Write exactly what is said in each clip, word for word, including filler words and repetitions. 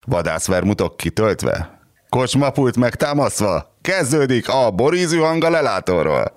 Vadászvermutok kitöltve? Kocsmapult megtámasztva? Kezdődik a borízű hang a lelátóról.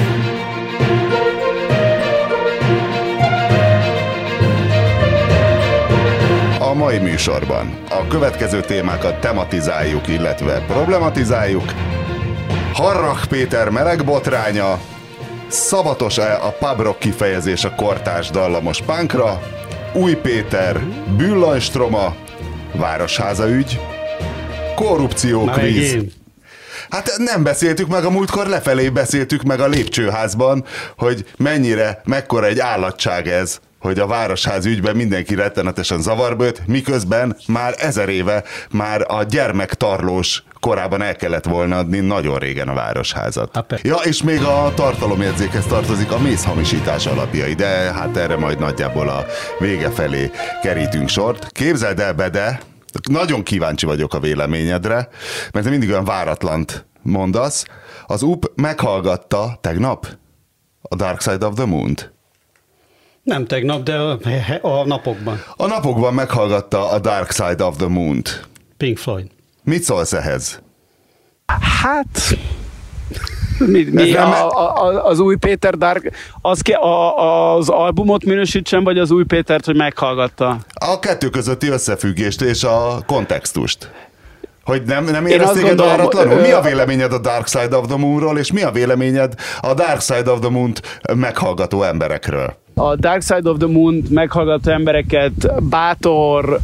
A mai műsorban a következő témákat tematizáljuk, illetve problematizáljuk. Harrach Péter melegbotránya, szabatos-e a pubrock kifejezés a kortárs dallamos punkra, Új Péter, Büllanstroma, Városháza ügy, korrupció kvíz. Hát nem beszéltük meg a múltkor, lefelé beszéltük meg a lépcsőházban, hogy mennyire, mekkora egy állatság ez, hogy a Városház ügyben mindenki rettenetesen zavarba jött, miközben már ezer éve már a gyermektarlós korában el kellett volna adni nagyon régen a Városházat. Ha, ja, és még a tartalomjegyzékhez tartozik a mézhamisítás alapjai, de hát erre majd nagyjából a vége felé kerítünk sort. Képzeld el, Bede, nagyon kíváncsi vagyok a véleményedre, mert te mindig olyan váratlant mondasz. Az u pé meghallgatta tegnap a Dark Side of the Moon-t. Nem tegnap, de a, a napokban. A napokban meghallgatta a Dark Side of the Moon-t. Pink Floyd. Mit szólsz ehhez? Hát... Mi, mi a, a, az Új Péter Dark... Az, a, az albumot minősítsen, vagy az Új Pétert, hogy meghallgatta? A kettő közötti összefüggést és a kontextust. Hogy nem, nem érez téged váratlanul? Mi a véleményed a Dark Side of the Moonról, és mi a véleményed a Dark Side of the Moon-t meghallgató emberekről? A Dark Side of the Moon meghallgató embereket bátor,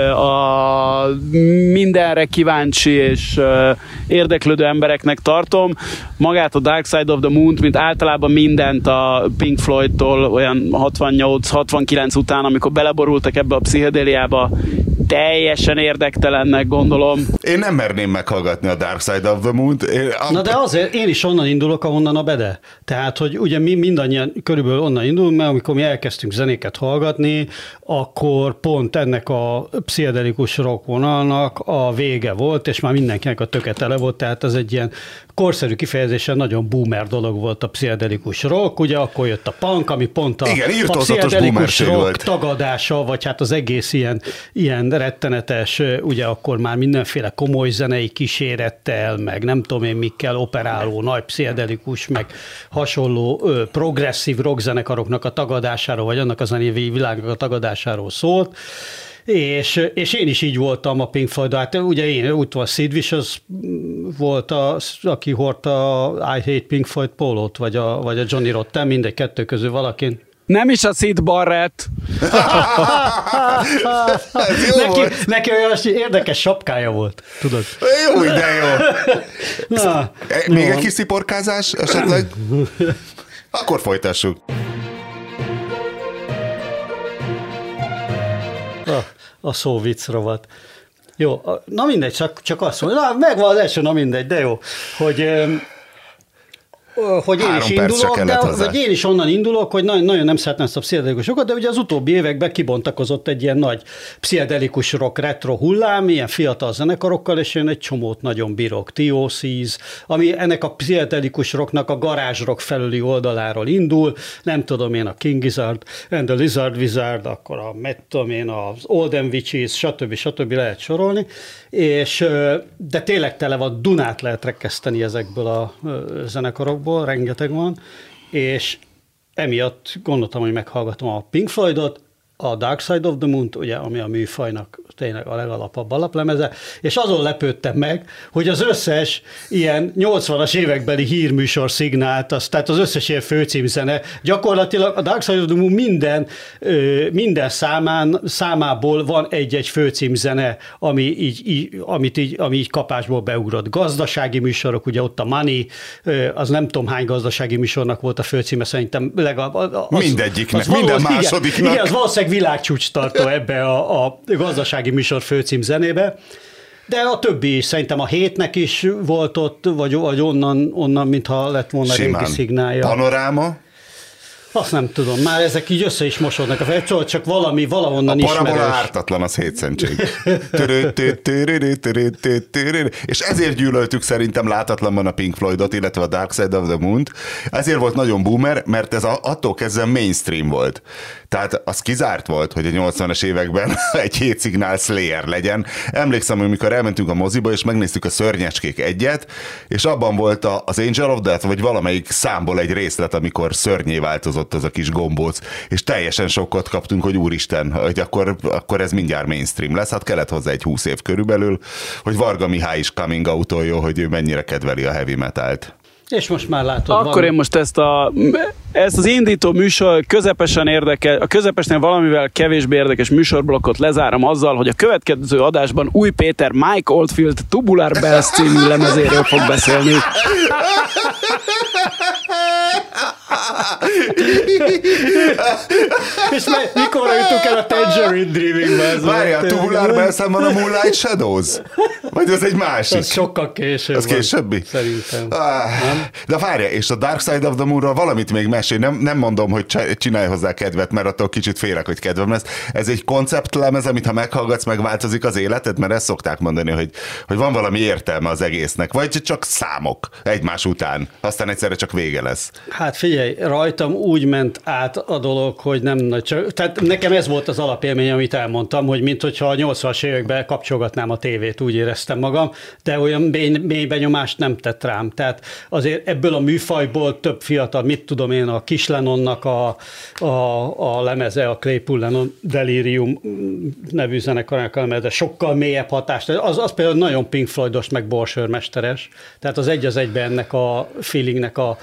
a mindenre kíváncsi és érdeklődő embereknek tartom. Magát a Dark Side of the Moon, mint általában mindent a Pink Floydtól olyan hatvannyolc hatvankilenc után, amikor beleborultak ebbe a pszichedéliába, teljesen érdektelennek gondolom. Én nem merném meghallgatni a Dark Side of the Moon-t. Én, a... Na de azért én is onnan indulok, ahonnan a Bede. Tehát, hogy ugye mi mindannyian körülbelül onnan indulunk, mert amikor mi elkezdtünk zenéket hallgatni, akkor pont ennek a pszichedelikus rock vonalnak a vége volt, és már mindenkinek a töke tele volt, tehát ez egy ilyen korszerű kifejezésen nagyon boomer dolog volt a pszichedelikus rock, ugye akkor jött a punk, ami pont a, igen, a pszichedelikus rock volt. tagadása, vagy hát az egész ilyen, ilyen rettenetes, ugye akkor már mindenféle komoly zenei kísérettel, meg nem tudom én mikkel operáló, nagy pszichedelikus, meg hasonló ö, progresszív rockzenekaroknak a tagadásáról, vagy annak a zenei világnak a tagadásáról szólt. És, és én is így voltam a Pink Floyd, hát ugye én úgy van, Sid Vicious volt, a, aki hordta a I Hate Pink Floyd pólót, vagy a, vagy a Johnny Rotten, mindegy kettő közül valakin. Nem is a Sid Barrett. neki, neki olyan érdekes sapkája volt, tudod. Jó, de jó. Na, még egy kis sziporkázás esetleg? Akkor folytassuk. A, a szó vicc rovat. Jó, na mindegy, csak, csak azt mondja, na megvan az első, na mindegy, de jó, hogy... hogy én is indulok, de vagy én is onnan indulok, hogy nagyon, nagyon nem szeretném ezt a pszichedelikus rockot, de ugye az utóbbi években kibontakozott egy ilyen nagy pszichedelikus rock retro hullám, ilyen fiatal zenekarokkal, és én egy csomót nagyon bírok. T O C's, ami ennek a pszichedelikus rocknak a garázs rock felüli oldaláról indul, nem tudom én, a King Gizzard and the Lizard Wizard, akkor a, met, tudom én, az Olden Witches, stb. stb. Lehet sorolni, és de tényleg tele van, Dunát lehet rekeszteni ezekből a zenekarokból, rengeteg van, és emiatt gondoltam, hogy meghallgatom a Pink Floydot, a Dark Side of the Moon-t, ugye, ami a műfajnak tényleg a legalapabb alaplemeze, és azon lepődtem meg, hogy az összes ilyen nyolcvanas évekbeli hírműsor szignált, az, tehát az összes ilyen főcímzene, gyakorlatilag a Dark Side of the Moon minden, minden számán, számából van egy-egy főcímzene, ami így, így, amit így, ami így kapásból beugrott. Gazdasági műsorok, ugye ott a Money, az nem tudom hány gazdasági műsornak volt a főcíme, szerintem legalább az, mindegyiknek, az minden másodiknak. Igen, igen, az valószínűleg világcsúcs tartó ebbe a, a gazdasági műsor főcím zenébe, de a többi is, szerintem a Hétnek is volt ott, vagy, vagy onnan, onnan, mintha lett volna simán régi szignálja. Panoráma? Azt nem tudom, már ezek így össze is mosodnak a fejt, csak valami, valahonnan ismerős. A parabola ártatlan, az hétszentség. És ezért gyűlöltük szerintem látatlanban a Pink Floydot, illetve a Dark Side of the Moon-t. Ezért volt nagyon boomer, mert ez a, attól kezdve mainstream volt. Tehát az kizárt volt, hogy a nyolcvanas években egy hétszignál Slayer legyen. Emlékszem, hogy mikor elmentünk a moziba, és megnéztük a Szörnyecskék egyet, és abban volt a, az Angel of Death, vagy valamelyik számból egy részlet, amikor szörnyé változott az a kis gombóc, és teljesen sokkot kaptunk, hogy úristen, hogy akkor, akkor ez mindjárt mainstream lesz. Hát kellett hozzá egy húsz év körülbelül, hogy Varga Mihály is coming out-oljon, hogy ő mennyire kedveli a heavy metalt. És most már látod. Akkor van... én most ezt, a, ezt az indító műsor közepesen érdekes, a közepesnél valamivel kevésbé érdekes műsorblokkot lezárom azzal, hogy a következő adásban Új Péter Mike Oldfield Tubular Bells című lemezéről fog beszélni. És mikor jutunk el a Tangerine Dreaming-be? Várjál, a Tubular Bells-en van a Moonlight Shadows? Vagy az egy másik? Ez sokkal később. Az későbbi? Szerintem. Ah, de várjál, és a Dark Side of the Moonról valamit még mesélj. Nem, nem mondom, hogy csinálj hozzá kedvet, mert attól kicsit félek, hogy kedvem lesz. Ez egy konceptlemez, amit ha meghallgatsz, megváltozik az életed, mert ezt szokták mondani, hogy, hogy van valami értelme az egésznek. Vagy csak számok egymás után. Aztán egyszerre csak vége lesz. Hát figyelj, rajtam úgy ment át a dolog, hogy nem nagy csak... Tehát nekem ez volt az alapélmény, amit elmondtam, hogy mint hogyha a nyolcvanas években kapcsolgatnám a tévét, úgy éreztem magam, de olyan mély, mély benyomást nem tett rám. Tehát azért ebből a műfajból több fiatal, mit tudom én, a Kis Lennonnak a, a, a lemeze, a Claypool Lennon Delirium nevű zenekarnak a lemeze, sokkal mélyebb hatást. Az, az például nagyon Pink Floydos, meg borsőrmesteres. Tehát az egy az egyben ennek a feelingnek a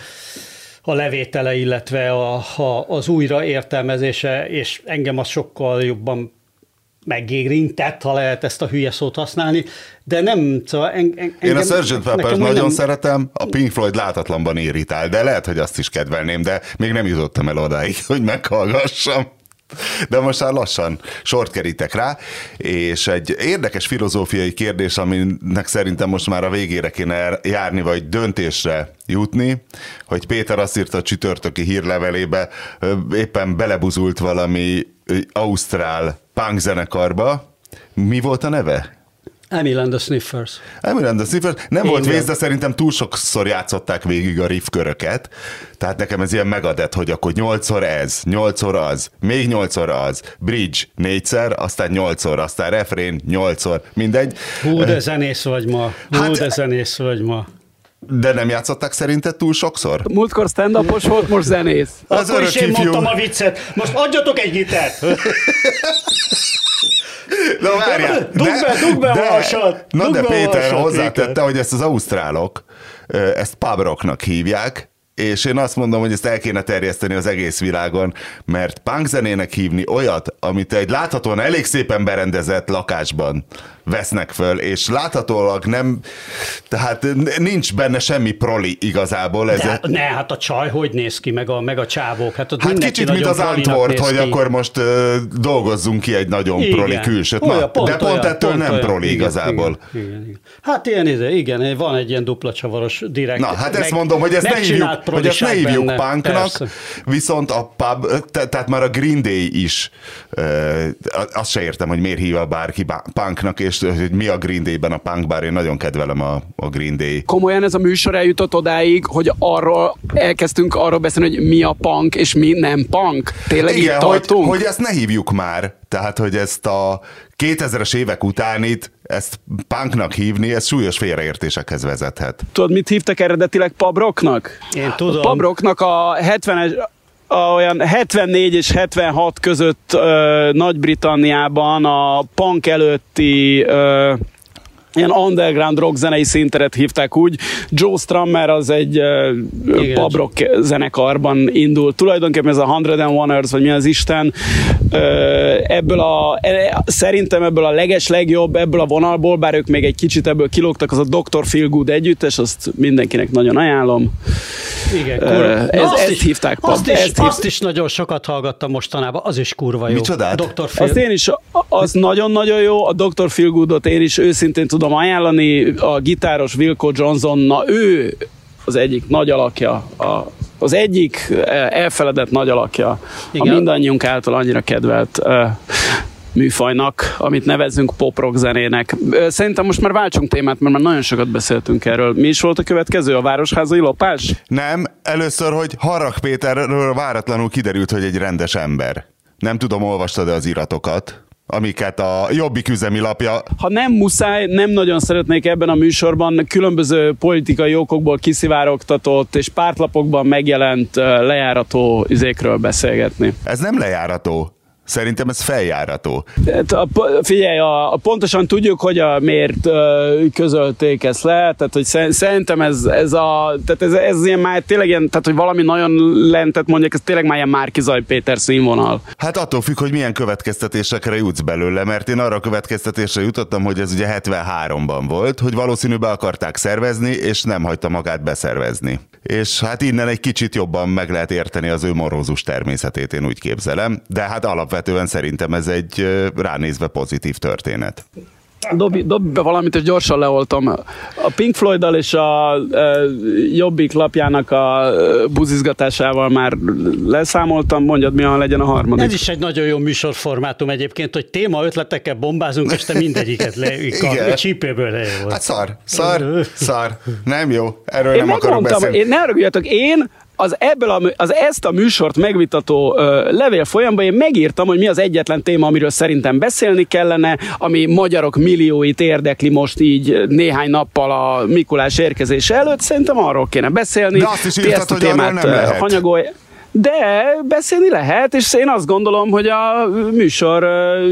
a levétele, illetve a, a, az újraértelmezése, és engem az sokkal jobban megérintett, ha lehet ezt a hülye szót használni, de nem, szóval en, en, Én a sergeant Pepper nagyon nem... szeretem, a Pink Floyd látatlanban irritál, de lehet, hogy azt is kedvelném, de még nem jutottam el odáig, hogy meghallgassam. De most már lassan sort kerítek rá, és egy érdekes filozófiai kérdés, aminek szerintem most már a végére kéne járni, vagy döntésre jutni, hogy Péter azt írta a csütörtöki hírlevelébe, éppen belebuzult valami ausztrál punk zenekarba. Mi volt a neve? Emil and the Sniffers. Emil and the Sniffers. Nem Én volt igen. vész, de szerintem túl sokszor játszották végig a riff köröket. Tehát nekem ez ilyen megadett, hogy akkor nyolcszor ez, nyolcszor az, még nyolcszor az, bridge négyszer, aztán nyolcszor, aztán refrén nyolcszor, mindegy. Hú, de zenész vagy ma. Hú, hát, de zenész vagy ma. De nem játszották szerinted túl sokszor? Múltkor stand-upos volt, most zenész. Az Akkor is én ifjú... mondtam a viccet. Most adjatok egy gitárt! Na várjál! Dugd be, dugd be a vasat! Na de Péter vasat, hozzátette, Péter. hogy ezt az ausztrálok, ezt pub rocknak hívják, és én azt mondom, hogy ezt el kéne terjeszteni az egész világon, mert punk zenének hívni olyat, amit egy láthatóan elég szépen berendezett lakásban vesznek föl, és láthatólag nem, tehát nincs benne semmi proli igazából. Ez De, ne, hát a csaj hogy néz ki, meg a, meg a csávók? Hát, hát kicsit, mint az Antwort, hogy akkor most uh, dolgozzunk ki egy nagyon igen. proli külsőt. Na, olyan, pont de pont olyan, ettől pont nem olyan. proli igen, igazából. Igen, igen, igen. Hát ilyen ide, igen, van egy ilyen dupla csavaros direkt. Na, hát meg, ezt mondom, hogy ezt ne hívjuk, hogy ezt ne hívjuk benne, punknak, persze. Viszont a pub, te, tehát már a Green Day is, uh, azt se értem, hogy miért hívja bárki punknak, és hogy mi a Green Day-ben a punk, bár én nagyon kedvelem a, a Green Day. Komolyan ez a műsor eljutott odáig, hogy arról elkezdtünk arról beszélni, hogy mi a punk, és mi nem punk. Tényleg igen, így tartunk? Hogy, hogy ezt ne hívjuk már. Tehát, hogy ezt a kétezres évek utánit, ezt punknak hívni, ez súlyos félreértésekhez vezethet. Tudod, mit hívtak eredetileg pub rocknak? Én tudom. A pub rocknak a hetvenes A olyan hetvennégy és hetvenhat között ö, Nagy-Britanniában a punk előtti ö, ilyen underground rock zenei szinteret hívták úgy. Joe Strummer az egy uh, pub rock zenekarban indult. Tulajdonképpen ez a Hundred and Oneers, vagy mi az Isten. Uh, ebből a, e, szerintem ebből a leges legjobb, ebből a vonalból, bár ők még egy kicsit ebből kilógtak, az a doktor Feelgood együttes, azt mindenkinek nagyon ajánlom. Igen, kurva. Uh, ez, ezt is, hívták pub. Azt is, ezt azt hív... is nagyon sokat hallgattam mostanában, az is kurva jó. Micsodát? doktor Phil. Azt én is, az nagyon-nagyon jó, a doktor Feelgoodot én is őszintén tudom ajánlani, a gitáros Wilco Johnson, na ő az egyik nagy alakja, a, az egyik elfeledett nagy alakja, igen. A mindannyiunk által annyira kedvelt uh, műfajnak, amit nevezzünk pop-rock zenének. Szerintem most már váltsunk témát, mert már nagyon sokat beszéltünk erről. Mi is volt a következő? A városházai lopás? Nem, először, hogy Harrach Péterről váratlanul kiderült, hogy egy rendes ember. Nem tudom, olvastad-e az iratokat, amiket a Jobbik üzemi lapja... Ha nem muszáj, nem nagyon szeretnék ebben a műsorban különböző politikai okokból kiszivárogtatott és pártlapokban megjelent lejárató izékről beszélgetni. Ez nem lejárató. Szerintem ez feljárató. Figyelj, a, a pontosan tudjuk, hogy a miért uh, közölték ezt le, tehát hogy szerintem ez, ez a, tehát ez, ez ilyen már tényleg ilyen, tehát hogy valami nagyon lentet mondják, ez tényleg már ilyen Márki-Zay Péter színvonal. Hát attól függ, hogy milyen következtetésekre jutsz belőle, mert én arra a következtetésre jutottam, hogy ez ugye hetvenháromban volt, hogy valószínűleg be akarták szervezni, és nem hagyta magát beszervezni. És hát innen egy kicsit jobban meg lehet érteni az ő morózus természetét, én úgy képzelem, de hát alapvetően szerintem ez egy ránézve pozitív történet. Dobj, dobj be valamit, és gyorsan leoltom. A Pink Floyddal és a e, Jobbik lapjának a buzizgatásával már leszámoltam, mondjad, mi legyen a harmadik. Ez is egy nagyon jó műsorformátum egyébként, hogy téma ötletekkel bombázunk, és te mindegyiket le, a csípőből lejövöl. Hát szar, szar, szar. Nem jó, erről én nem akarok beszélni. Én ne haragudjatok, én az, ebből a, az ezt a műsort megvitató ö, levél folyamban én megírtam, hogy mi az egyetlen téma, amiről szerintem beszélni kellene, ami magyarok millióit érdekli most így néhány nappal a Mikulás érkezése előtt. Szerintem arról kéne beszélni. De azt is írtad, hogy arról nem lehet. Hanyagolj. De beszélni lehet, és én azt gondolom, hogy a műsor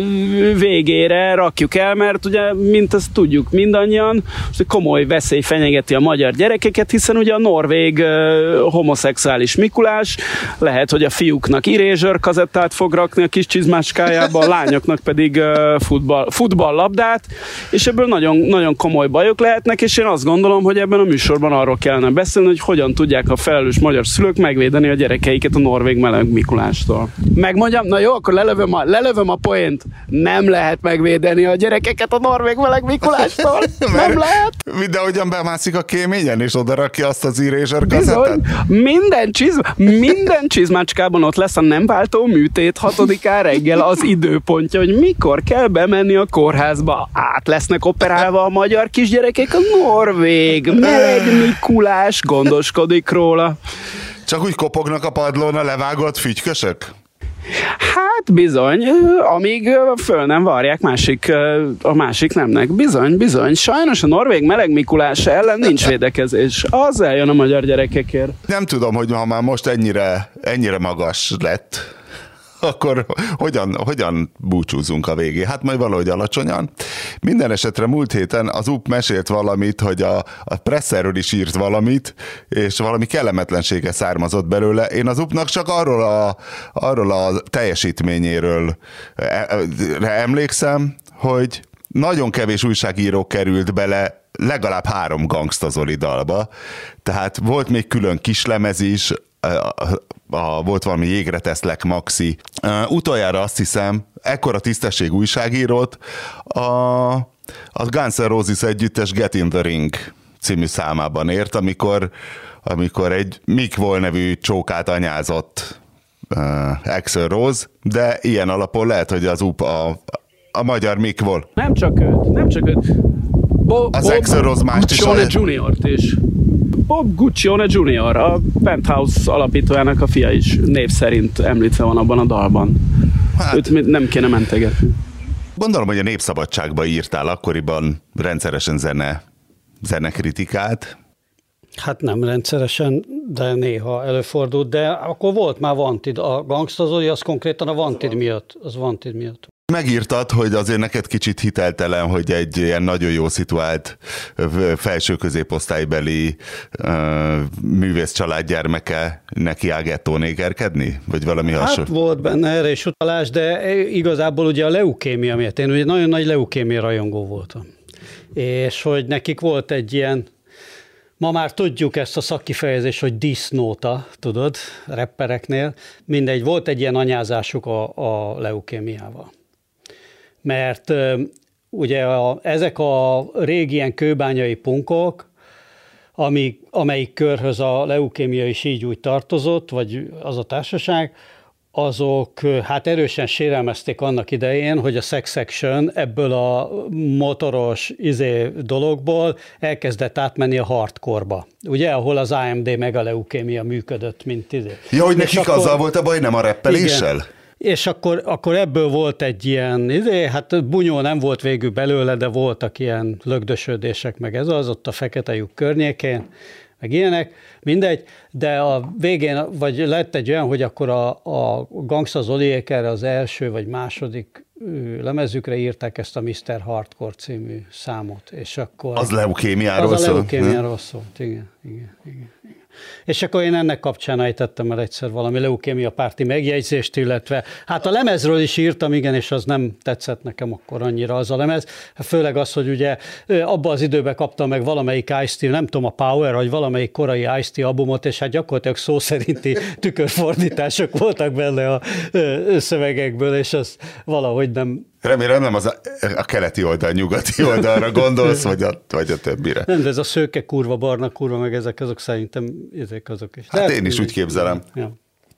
végére rakjuk el, mert ugye, mint ezt tudjuk mindannyian, komoly veszély fenyegeti a magyar gyerekeket, hiszen ugye a norvég homoszexuális Mikulás lehet, hogy a fiúknak irézsőr kazettát fog rakni a kis csizmáskájába, a lányoknak pedig futball, futballlabdát, és ebből nagyon, nagyon komoly bajok lehetnek, és én azt gondolom, hogy ebben a műsorban arról kellene beszélni, hogy hogyan tudják a felelős magyar szülők megvédeni a gyerekeiket a norvég meleg Mikulástól. Megmondjam? Na jó, akkor lelövöm a, lelövöm a poént. Nem lehet megvédeni a gyerekeket a norvég meleg Mikulástól. Nem lehet. Mindenhogyan bemászik a kéményen, és odarakja azt az irézsőr kazettát. Minden, csiz, minden csizmácskában ott lesz a nem váltó műtét hatodikán reggel az időpontja, hogy mikor kell bemenni a kórházba. Át lesznek operálva a magyar kisgyerekek, a norvég meleg Mikulás gondoskodik róla. Csak úgy kopognak a padlón a levágott fügykösök? Hát bizony, amíg föl nem varják másik, a másik nemnek. Bizony, bizony. Sajnos a norvég meleg Mikulás ellen nincs védekezés. Az eljön a magyar gyerekekért. Nem tudom, hogy ha már most ennyire, ennyire magas lett, akkor hogyan, hogyan búcsúzunk a végén? Hát majd valahogy alacsonyan. Minden esetre múlt héten az u pé mesélt valamit, hogy a, a presszerről is írt valamit, és valami kellemetlensége származott belőle. Én az u pé-nak csak arról a, arról a teljesítményéről emlékszem, hogy nagyon kevés újságíró került bele legalább három Gangsta Zoli dalba. Tehát volt még külön kislemez is, A, a, volt valami Jégre teszlek maxi. Uh, utoljára azt hiszem, ekkora tisztesség újságírót a, a Guns N' Roses együttes Get in the Ring című számában ért, amikor, amikor egy Mick Wall nevű csókát anyázott uh, Axl Rose, de ilyen alapon lehet, hogy az u pé a, a magyar Mick Wall. Nem csak őt, nem csak őt. Bo- az Axl Rose mást is. Guccione juniort is. Bob Guccione junior, a Penthouse alapítójának a fia is név szerint említve van abban a dalban. Hát, őt nem kéne mentegetni. Gondolom, hogy a Népszabadságban írtál akkoriban rendszeresen zene, zenekritikát. Hát nem rendszeresen, de néha előfordult, de akkor volt már Wanted. A Gangsta Zoli az konkrétan a Wanted miatt. Az Wanted miatt. Megírtad, hogy azért neked kicsit hiteltelen, hogy egy ilyen nagyon jó szituált felső középosztálybeli uh, művész család gyermeke neki áll gettónégerkedni? Vagy valami hasonló? Hát volt benne erre is utalás, de igazából ugye a leukémia miatt. Én ugye nagyon nagy leukémia rajongó voltam. És hogy nekik volt egy ilyen, ma már tudjuk ezt a szakkifejezést, hogy disznóta, tudod, rappereknél. Mindegy, volt egy ilyen anyázásuk a, a leukémiával. Mert ugye a, ezek a régi ilyen kőbányai punkok, ami, amelyik körhöz a leukémia is így úgy tartozott, vagy az a társaság, azok hát erősen sérelmezték annak idején, hogy a Sex Action ebből a motoros izé dologból elkezdett átmenni a hardcore-ba. Ugye, ahol az á em dé meg a leukémia működött, mint izé. Ja, hogy nekik akkor, azzal volt a baj, nem a rappeléssel? Igen. és akkor, akkor ebből volt egy ilyen, hát bunyó nem volt végül belőle, de voltak ilyen lögdösödések, meg ez az, ott a fekete lyuk környékén, meg ilyenek, mindegy, de a végén, vagy lett egy olyan, hogy akkor a, a Gangsta Zoliék erre az első vagy második lemezükre írták ezt a miszter Hardcore című számot, és akkor... Az leukémiáról az szólt. Az a leukémiáról szólt, igen, igen, igen, igen. És akkor én ennek kapcsán ejtettem el egyszer valami leukémia párti megjegyzést, illetve hát a lemezről is írtam, igen, és az nem tetszett nekem akkor annyira az a lemez. Főleg az, hogy ugye abban az időben kaptam meg valamelyik Ice-T, nem tudom, a Power, vagy valamelyik korai Ice-T albumot, és hát gyakorlatilag szó szerinti tükörfordítások voltak benne a szövegekből, és az valahogy nem... Remélem nem az a, a keleti oldal, nyugati oldalra gondolsz, vagy a, vagy a többire. Nem, de ez a szőke kurva, barna kurva, meg ezek azok szerintem ezek azok is. Hát de én is úgy képzelem. Ja.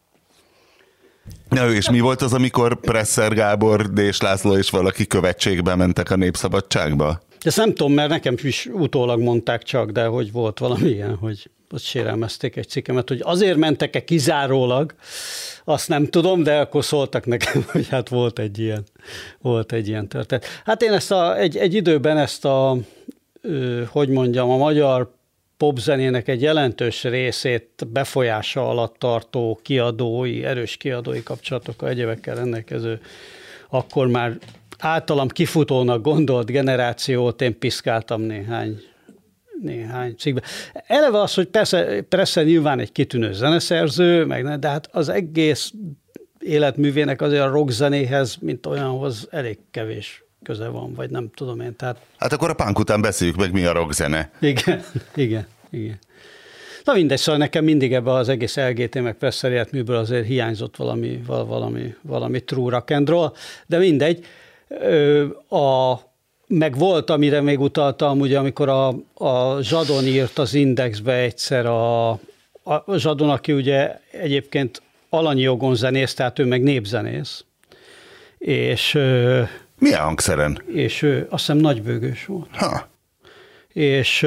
Na, és mi volt az, amikor Presser Gábor, Dés László és valaki követségbe mentek a Népszabadságba? Ezt nem tudom, mert nekem is utólag mondták csak, de hogy volt valami ilyen, hogy ott sérelmezték egy cikkemet, hogy azért mentek-e kizárólag, azt nem tudom, de akkor szóltak nekem, hogy hát volt egy ilyen, volt egy ilyen történet. Hát én ezt a, egy, egy időben ezt a, hogy mondjam, a magyar popzenének egy jelentős részét befolyása alatt tartó kiadói, erős kiadói kapcsolatokkal, egyebekkel rendelkező, akkor már általam kifutónak gondolt generációt én piszkáltam néhány néhány cikkben. Eleve az, hogy persze, persze nyilván egy kitűnő zeneszerző, meg ne, de hát az egész életművének azért a rockzenéhez, mint olyanhoz elég kevés köze van, vagy nem tudom én. Tehát... Hát akkor a punk után beszéljük meg, mi a rockzene. Igen, igen, igen. Na mindegy, szóval nekem mindig ebben az egész el gé té meg Presser életműből azért hiányzott valami, valami, valami true rock and roll, de mindegy. A Meg volt, amire még utaltam, ugye, amikor a, a Zsadon írt az Indexbe egyszer, a, a Zsadon, aki ugye egyébként alanyi jogon zenész, tehát ő meg népzenész. És, milyen hangszeren? És ő azt hiszem nagybőgős volt. Ha. És,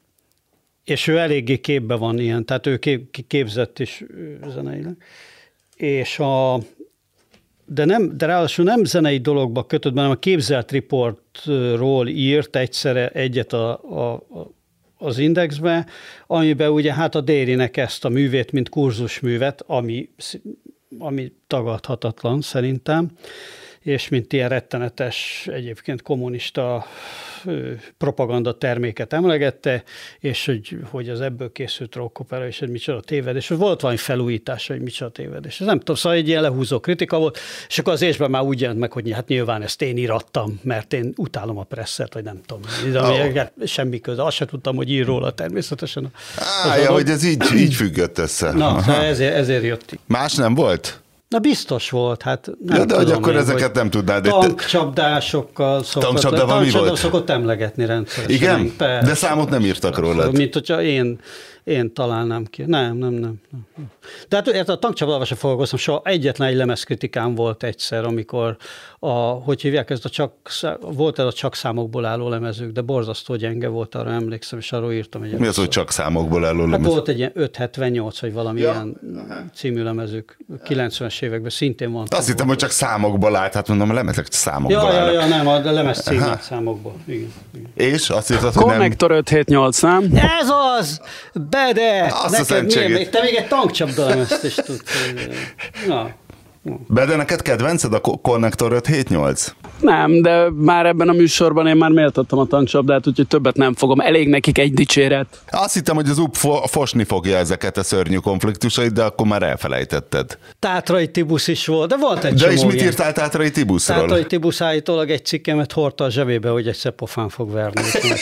és ő eléggé képbe van ilyen, tehát ő kép, képzett is zeneileg. És a De, nem, de ráadásul nem zenei dologba kötött, hanem a Képzelt Reportról írt egyszerre egyet a, a, az Indexbe, amiben ugye hát a Dérinek ezt a művét, mint kurzusművet, ami, ami tagadhatatlan szerintem, és mint ilyen rettenetes, egyébként kommunista propaganda terméket emlegette, és hogy, hogy az ebből készült rockopera, és hogy micsoda tévedés. Volt valami felújítása, hogy micsoda tévedés. Ez nem tudom, szóval egy ilyen lehúzó kritika volt, és akkor az ésben már úgy jelent meg, hogy hát nyilván ezt én írattam, mert én utálom a Presszert, vagy nem tudom. Oh. Semmi köze. Azt sem tudtam, hogy ír róla természetesen. Á, ja, hogy ez így, így függött össze. Na, ezért, ezért jött. Más nem volt? Na biztos volt, hát nem ja, de tudom hogy akkor én, ezeket nem tudnád. Tankcsapdásokkal szokott, tankcsapdával mi volt? Szokott emlegetni rendszeresen. Igen? Persze. De számot nem írtak róla. Mint hogyha én, én találnám ki. Nem, nem, nem. nem. De hát a tankcsapdával sem foglalkoztam, soha egyetlen egy lemezkritikám volt egyszer, amikor a, hogy hívják ezt a csak, volt ez a csak számokból álló lemezük, de borzasztó gyenge volt, arra emlékszem, és arról írtam egy. Mi az, hogy csak számokból álló lemez? Hát volt egy ilyen öt hetvennyolc, vagy valami ja. ilyen című lemezük, kilencvenes években szintén van. Azt hittem, hogy csak számokból állt, hát mondom, a lemezek számokból ja, állnak. Ja, ja, nem, a lemez címét számokból. Igen, igen. És azt hittad, hogy nem... Konnektor öt hét nyolc, nem? Ez az! Bede! Azt a szentségét. Te még egy tankcsapda lemezt is tudsz. Na. Bede, neked kedvenced a Konnektor öt hét nyolc? Nem, de már ebben a műsorban én már méltattam a tankcsapdát, úgyhogy többet nem fogom. Elég nekik egy dicséret. Azt hittem, hogy az U P fo- fosni fogja ezeket a szörnyű konfliktusait, de akkor már elfelejtetted. Tátrai Tibusz is volt, de volt egy De csomó és mit ilyen. írtál Tátrai Tibuszról? Tátrai Tibusz állítólag egy cikkemet hordta a zsebébe, hogy egy szepofán fog verni.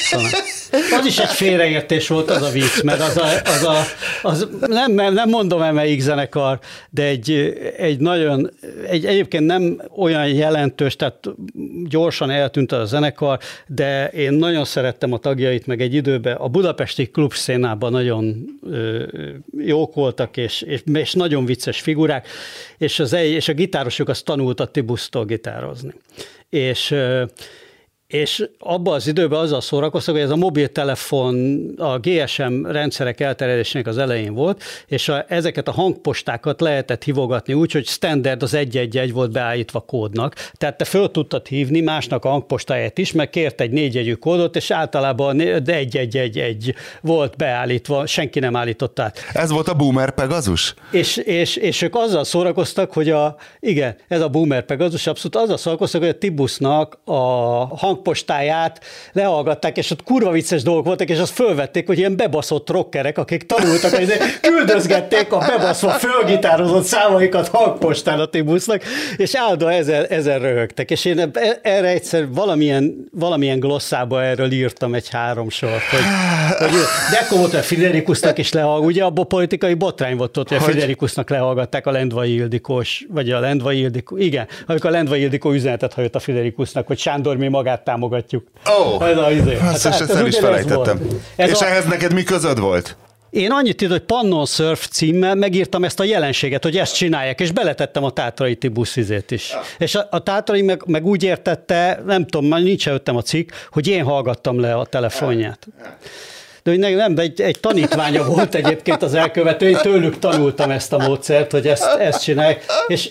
Az is egy félreértés volt, az a vicc, mert az a, az a az, nem, nem, nem mondom el melyik zenekar, de egy, egy nagyon, egy, egyébként nem olyan jelentős, tehát gyorsan eltűnt a zenekar, de én nagyon szerettem a tagjait, meg egy időben a budapesti klubszénában nagyon ö, jók voltak, és, és, és nagyon vicces figurák, és, az, és a gitárosuk azt tanult a Tibusztól gitározni. És és abban az időben azzal szórakoztak, hogy ez a mobiltelefon, a gé es em rendszerek elterjedésének az elején volt, és a, ezeket a hangpostákat lehetett hívogatni úgy, hogy standard az egy egy egy volt beállítva kódnak, tehát te föl tudtad hívni másnak a hangpostáját is, meg kért egy négyjegyű kódot, és általában egy egy egy egy volt beállítva, senki nem állította át. Ez volt a Boomer Pegasus? És, és, és ők azzal szórakoztak, hogy a, igen, ez a Boomer Pegasus, abszolút azzal szórakoztak, hogy a Tibusznak a hangpostáját lehallgatták, és ott kurva vicces dolgok voltak, és azt fölvették, hogy ilyen bebaszott rockerek, akik tanultak, hogy küldözgették a bebaszva fölgitározott számaikat hangpostán a Tibusznak, és állandóan ezer, ezer röhögtek. És én erre egyszer valamilyen, valamilyen glosszába erről írtam egy három sort, hogy, hogy de akkor volt, hogy a Friderikusnak is lehallgat, ugye abból politikai botrány volt ott, hogy a Friderikusnak lehallgatták a Lendvai Ildikós, vagy a Lendvai Ildikó, igen, amikor a Lendvai Ildikó üzenetet hajott a Friderikusnak, hogy Sándor, mi magát támogatjuk. Ó, oh, hát, hát, ezt el is felejtettem. És a... ehhez neked mi közöd volt? Én annyit írt, hogy Pannon Surf címmel megírtam ezt a jelenséget, hogy ezt csinálják, és beletettem a Tátrai Tibusz izét is. Ja. És a, a Tátrai meg, meg úgy értette, nem tudom, már nincs előttem a cikk, hogy én hallgattam le a telefonját. Ja. Ja. De hogy nem, de egy, egy tanítványa volt egyébként az elkövető, én tőlük tanultam ezt a módszert, hogy ezt, ezt csinálják, és,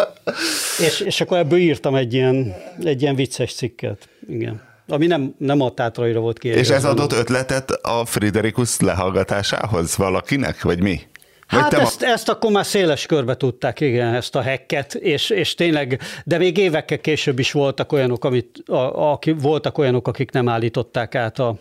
és, és akkor ebből írtam egy ilyen, egy ilyen vicces cikket. Igen. Ami nem, nem a Tátraira volt kiegyezni. És ez adott ötletet a Friderikus lehallgatásához valakinek, vagy mi? Vagy hát ezt, ma... ezt akkor már széles körbe tudták, igen, ezt a hacket, és, és tényleg, de még évekkel később is voltak olyanok, amit, a, a, voltak olyanok, akik nem állították át a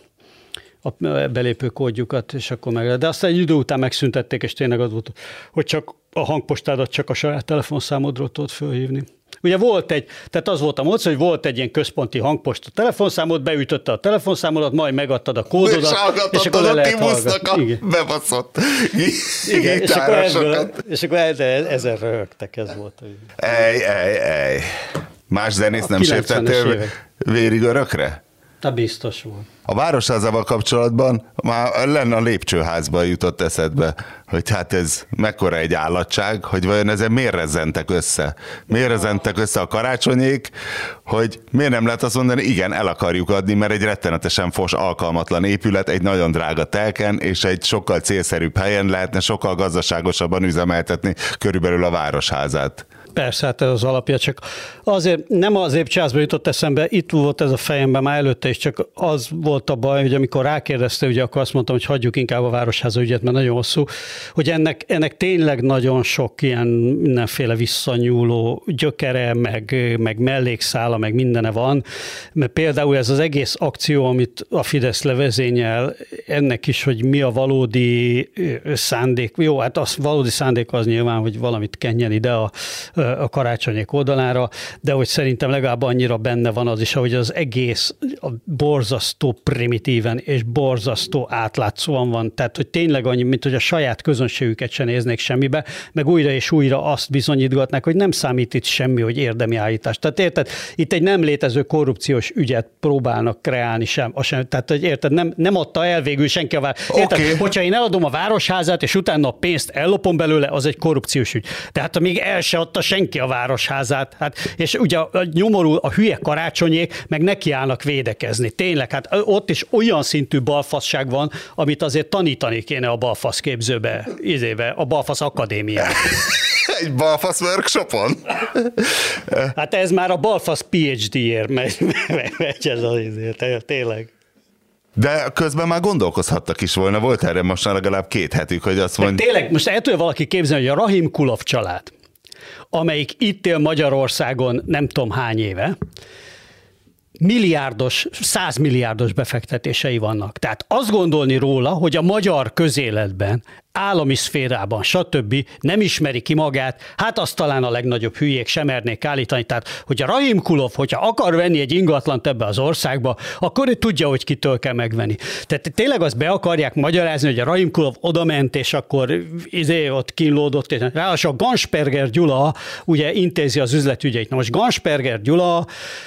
a belépő kódjukat, és akkor meg. De aztán egy idő után megszüntették, és tényleg az volt, hogy csak a hangpostádat csak a saját telefonszámodról tudod fölhívni. Ugye volt egy, tehát az volt a módszer, hogy volt egy ilyen központi hangposta telefonszámod, beütötte a telefonszámodat, majd megadtad a kódodat, és, és akkor le lehet hallgatni. A bebaszott igen, és akkor, ebből, és akkor ezer röhögtek, ez volt. Ej, ej, ej. Más zenész nem sértettél vérig örökre? De biztos volt. A városházával kapcsolatban már lenne a lépcsőházban jutott eszedbe, hogy hát ez mekkora egy állatság, hogy vajon ezen miért rezzentek össze? Miért rezzentek össze a karácsonyék, hogy miért nem lehet azt mondani, igen, el akarjuk adni, mert egy rettenetesen fos, alkalmatlan épület, egy nagyon drága telken, és egy sokkal célszerűbb helyen lehetne sokkal gazdaságosabban üzemeltetni körülbelül a városházát. Persze, hát ez az alapja, csak azért nem az lépcsőházba jutott eszembe, itt volt ez a fejemben már előtte is, csak az volt a baj, hogy amikor rákérdezte, ugye akkor azt mondtam, hogy hagyjuk inkább a városháza ügyet, mert nagyon hosszú, hogy ennek, ennek tényleg nagyon sok ilyen mindenféle visszanyúló gyökere, meg, meg mellékszála, meg mindene van, mert például ez az egész akció, amit a Fidesz levezényel, ennek is, hogy mi a valódi szándék, jó, hát az valódi szándék az nyilván, hogy valamit kenjen ide a a karácsonyék oldalára, de hogy szerintem legalább annyira benne van az is, hogy az egész borzasztó primitíven és borzasztó átlátszóan van. Tehát, hogy tényleg annyi, mint hogy a saját közönségüket se néznék semmibe, meg újra és újra azt bizonyítgatnak, hogy nem számít itt semmi, hogy érdemi állítás. Tehát érted, itt egy nem létező korrupciós ügyet próbálnak kreálni sem. sem tehát, hogy érted, nem, nem adta el végül senki a város. Érted, okay. Hogyha én eladom a városházát, és utána a pénzt ellopom belőle, az egy korrupciós ügy. Tehát, amíg el se adta senki a városházát, hát, és ugye a nyomorú, a hülye karácsonyék meg nekiállnak védekezni. Tényleg, hát ott is olyan szintű balfasság van, amit azért tanítani kéne a balfasz képzőbe, izébe, a balfasz akadémiában. Egy balfasz workshopon? Hát ez már a balfasz pé há dé-ért megy, megy ez az izért, tényleg. De közben már gondolkozhattak is volna, volt erre most legalább két hetük, hogy azt mondja. Tényleg, most el tudja valaki képzelni, hogy a Rahim Kulov család, amelyik itt él Magyarországon nem tudom hány éve, milliárdos, százmilliárdos befektetései vannak. Tehát azt gondolni róla, hogy a magyar közéletben, állami szférában, stb. Nem ismeri ki magát, hát azt talán a legnagyobb hülyék sem mernék állítani. Tehát, hogy a Rahim Kulov, hogyha akar venni egy ingatlant ebbe az országba, akkor ő tudja, hogy kitől kell megvenni. Tehát tényleg azt be akarják magyarázni, hogy a Rahim Kulov odament, és akkor izé ott kínlódott. Ráadásul a Gansperger Gyula ugye intézi az üzletügyeit. Na most Gansperger Gyula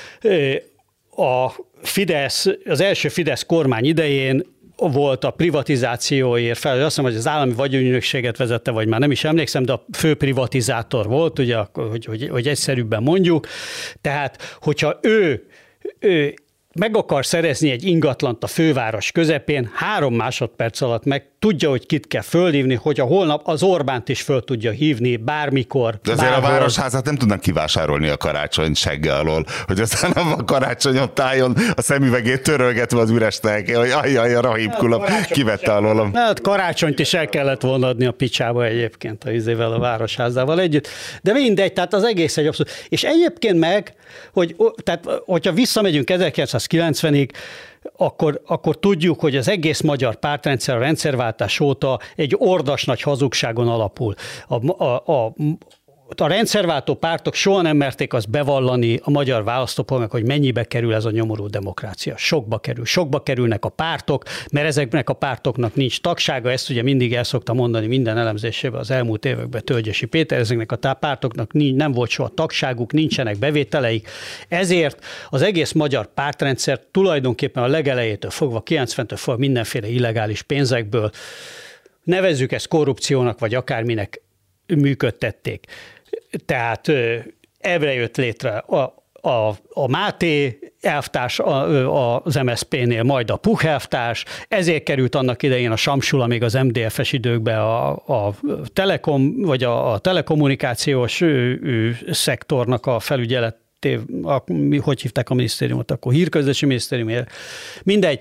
a Fidesz, az első Fidesz kormány idején volt a privatizációért fel, azt hiszem, hogy az állami vagyonügynökséget vezette, vagy már nem is emlékszem, de a fő privatizátor volt, ugye, hogy, hogy, hogy egyszerűbben mondjuk. Tehát, hogyha ő, ő meg akar szerezni egy ingatlant a főváros közepén, három másodperc alatt meg tudja, hogy kit kell fölhívni, hogy a holnap az Orbánt is föl tudja hívni bármikor. De azért bárhol. A városházat nem tudnak kivásárolni a Karácsony segge alól, hogy aztán a Karácsony ott álljon a szemüvegét törölgetve az üres telke, hogy ajjaj, a Rahim Kulap kivette alól. Hát Karácsonyt is el kellett volna adni a picsába egyébként a izével, a városházával együtt. De mindegy, tehát az egész egy abszolút. És egyébként meg, hogy, tehát, hogyha visszamegyünk ezerkilencszázkilencvenig, Akkor, akkor tudjuk, hogy az egész magyar pártrendszer a rendszerváltás óta egy ordas nagy hazugságon alapul. A, a, a, a rendszerváltó pártok soha nem merték azt bevallani a magyar választópolgárnak, hogy mennyibe kerül ez a nyomorú demokrácia. Sokba kerül. Sokba kerülnek a pártok, mert ezeknek a pártoknak nincs tagsága, ezt ugye mindig el szokta mondani minden elemzésében az elmúlt években Tölgyesi Péter, ezeknek a pártoknak nem volt soha tagságuk, nincsenek bevételeik. Ezért az egész magyar pártrendszer tulajdonképpen a legelejétől fogva, kilencventől fogva mindenféle illegális pénzekből, nevezzük ezt korrupciónak, vagy akárminek működtették. Tehát ebbre jött létre a, a, a Máté elvtárs az em es zé pé-nél, majd a Puch elvtárs, ezért került annak idején a Samsula még az em dé ef-es időkben a, a Telekom, vagy a, a telekommunikációs ő, ő, szektornak a felügyelet, a, hogy hívták a minisztériumot, akkor hírközlési minisztérium, mindegy,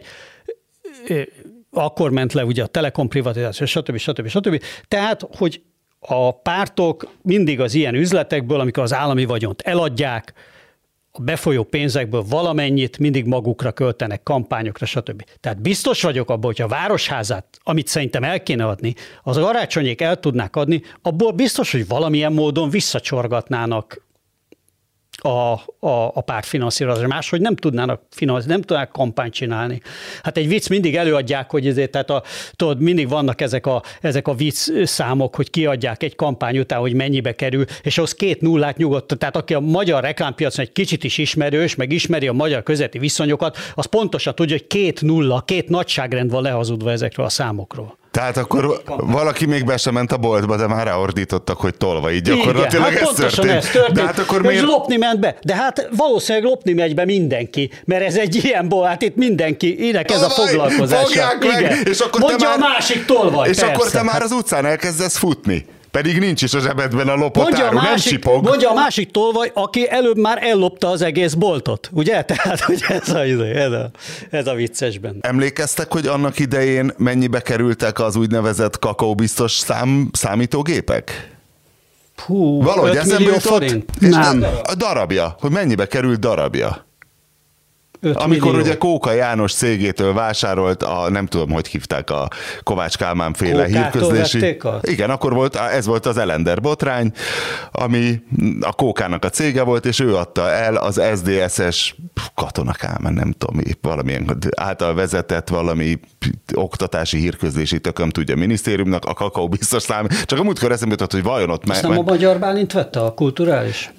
akkor ment le ugye a telekom privatizáció, stb. stb. stb. Tehát, hogy a pártok mindig az ilyen üzletekből, amikor az állami vagyont eladják, a befolyó pénzekből valamennyit mindig magukra költenek, kampányokra, stb. Tehát biztos vagyok abban, hogy a Városházát, amit szerintem el kéne adni, az a Karácsonyék el tudnák adni, abból biztos, hogy valamilyen módon visszacsorgatnának a, a, a pártfinanszírozásra. Máshogy nem tudnának finanszírozni, nem tudnák kampányt csinálni. Hát egy vicc mindig előadják, hogy ezért, tehát a, tudod, mindig vannak ezek a, ezek a vicc számok, hogy kiadják egy kampány után, hogy mennyibe kerül, és ahhoz két nullát nyugodtan. Tehát aki a magyar reklámpiacon egy kicsit is ismerős, meg ismeri a magyar közötti viszonyokat, az pontosan tudja, hogy két nulla, két nagyságrend van lehazudva ezekről a számokról. Tehát akkor valaki még be sem ment a boltba, de már ráordítottak, hogy tolva, így gyakorlatilag hát ez történt. ez történt. De hát akkor miért... miért... lopni ment be. De hát valószínűleg lopni megy be mindenki, mert ez egy ilyen bolt, hát itt mindenki, inek ez a foglalkozása. Meg, és akkor mondja te már... a másik tolvaj, És persze. akkor te már az utcán elkezdesz futni. Pedig nincs is a zsebedben a lopott mondja áru, a másik, nem csipog. Mondja a másik tolvaj, aki előbb már ellopta az egész boltot, ugye? Tehát, hogy ez a, ez a, ez a viccesben. Emlékeztek, hogy annak idején mennyibe kerültek az úgynevezett kakaóbiztos szám, számítógépek? Hú, valahogy öt millió forint? Nem. A darabja, hogy mennyibe került darabja. Amikor millió. Ugye Kóka János cégétől vásárolt, a, nem tudom, hogy hívták, a Kovács Kálmán féle hírközlési. Igen, akkor volt, ez volt az Elender botrány, ami a Kókának a cége volt, és ő adta el az es dé es-es Katona Kálmán, nem tudom, valamilyen által vezetett valami oktatási hírközlési tököm tudja minisztériumnak, a kakaó biztos szám. Csak a múltkor eszembe jutott, hogy vajon ott meg... nem a Magyar Bálint vette, a kulturális?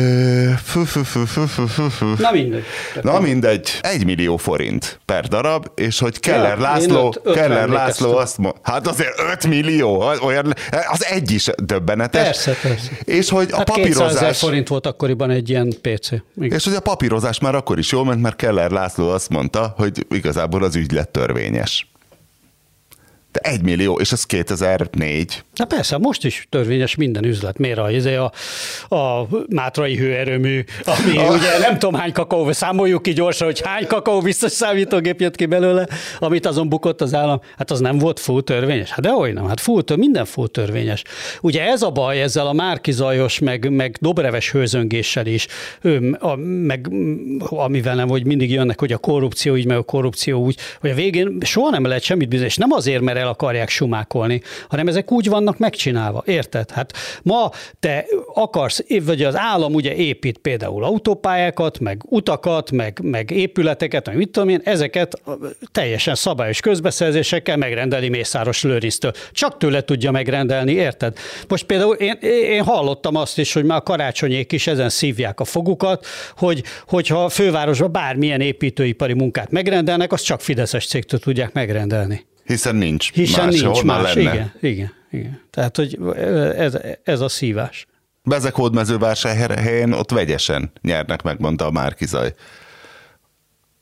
Na mindegy. Na mindegy. Egy, egy millió forint per darab, és hogy Keller ja, László, öt, öt Keller László azt mondja, hát azért öt millió, olyan, az egy is döbbenetes. Persze, persze. És hogy a hát papírozás... kétszázezer forint volt akkoriban egy ilyen pé cé. Igen. És hogy a papírozás már akkor is jól ment, mert Keller László azt mondta, hogy igazából az ügylet törvényes. De egy millió, és ez kétezer-négy. Na persze, most is törvényes minden üzlet. Miért a, a, a Mátrai hőerőmű, ami a... ugye nem tudom hány kakaó, számoljuk ki gyorsan, hogy hány kakaó biztos számítógép jött ki belőle, amit azon bukott az állam. Hát az nem volt full törvényes. Hát dehogy nem, hát full, minden full törvényes. Ugye ez a baj ezzel a Márki Zajos, meg, meg Dobreves hőzöngéssel is, ő, a, meg amivel nem, hogy mindig jönnek, hogy a korrupció így, meg a korrupció úgy, hogy a végén soha nem lehet semmit bizonyos. És nem azért, mert el akarják sumákolni, hanem ezek úgy vannak megcsinálva, érted? Hát ma te akarsz, vagy az állam ugye épít például autópályákat, meg utakat, meg, meg épületeket, meg mit tudom én, ezeket teljesen szabályos közbeszerzésekkel megrendeli Mészáros Lőrinctől. Csak tőle tudja megrendelni, érted? Most például én, én hallottam azt is, hogy már a Karácsonyék is ezen szívják a fogukat, hogy, hogyha a fővárosban bármilyen építőipari munkát megrendelnek, azt csak fideszes cégtől tudják megrendelni. Hiszen nincs Hiszen más, nincs más, lenne. Igen, igen, igen. Tehát, hogy ez, ez a szívás. Bezek Hódmezővásárhelyen ott vegyesen nyernek meg, mondta a Márki Zaj.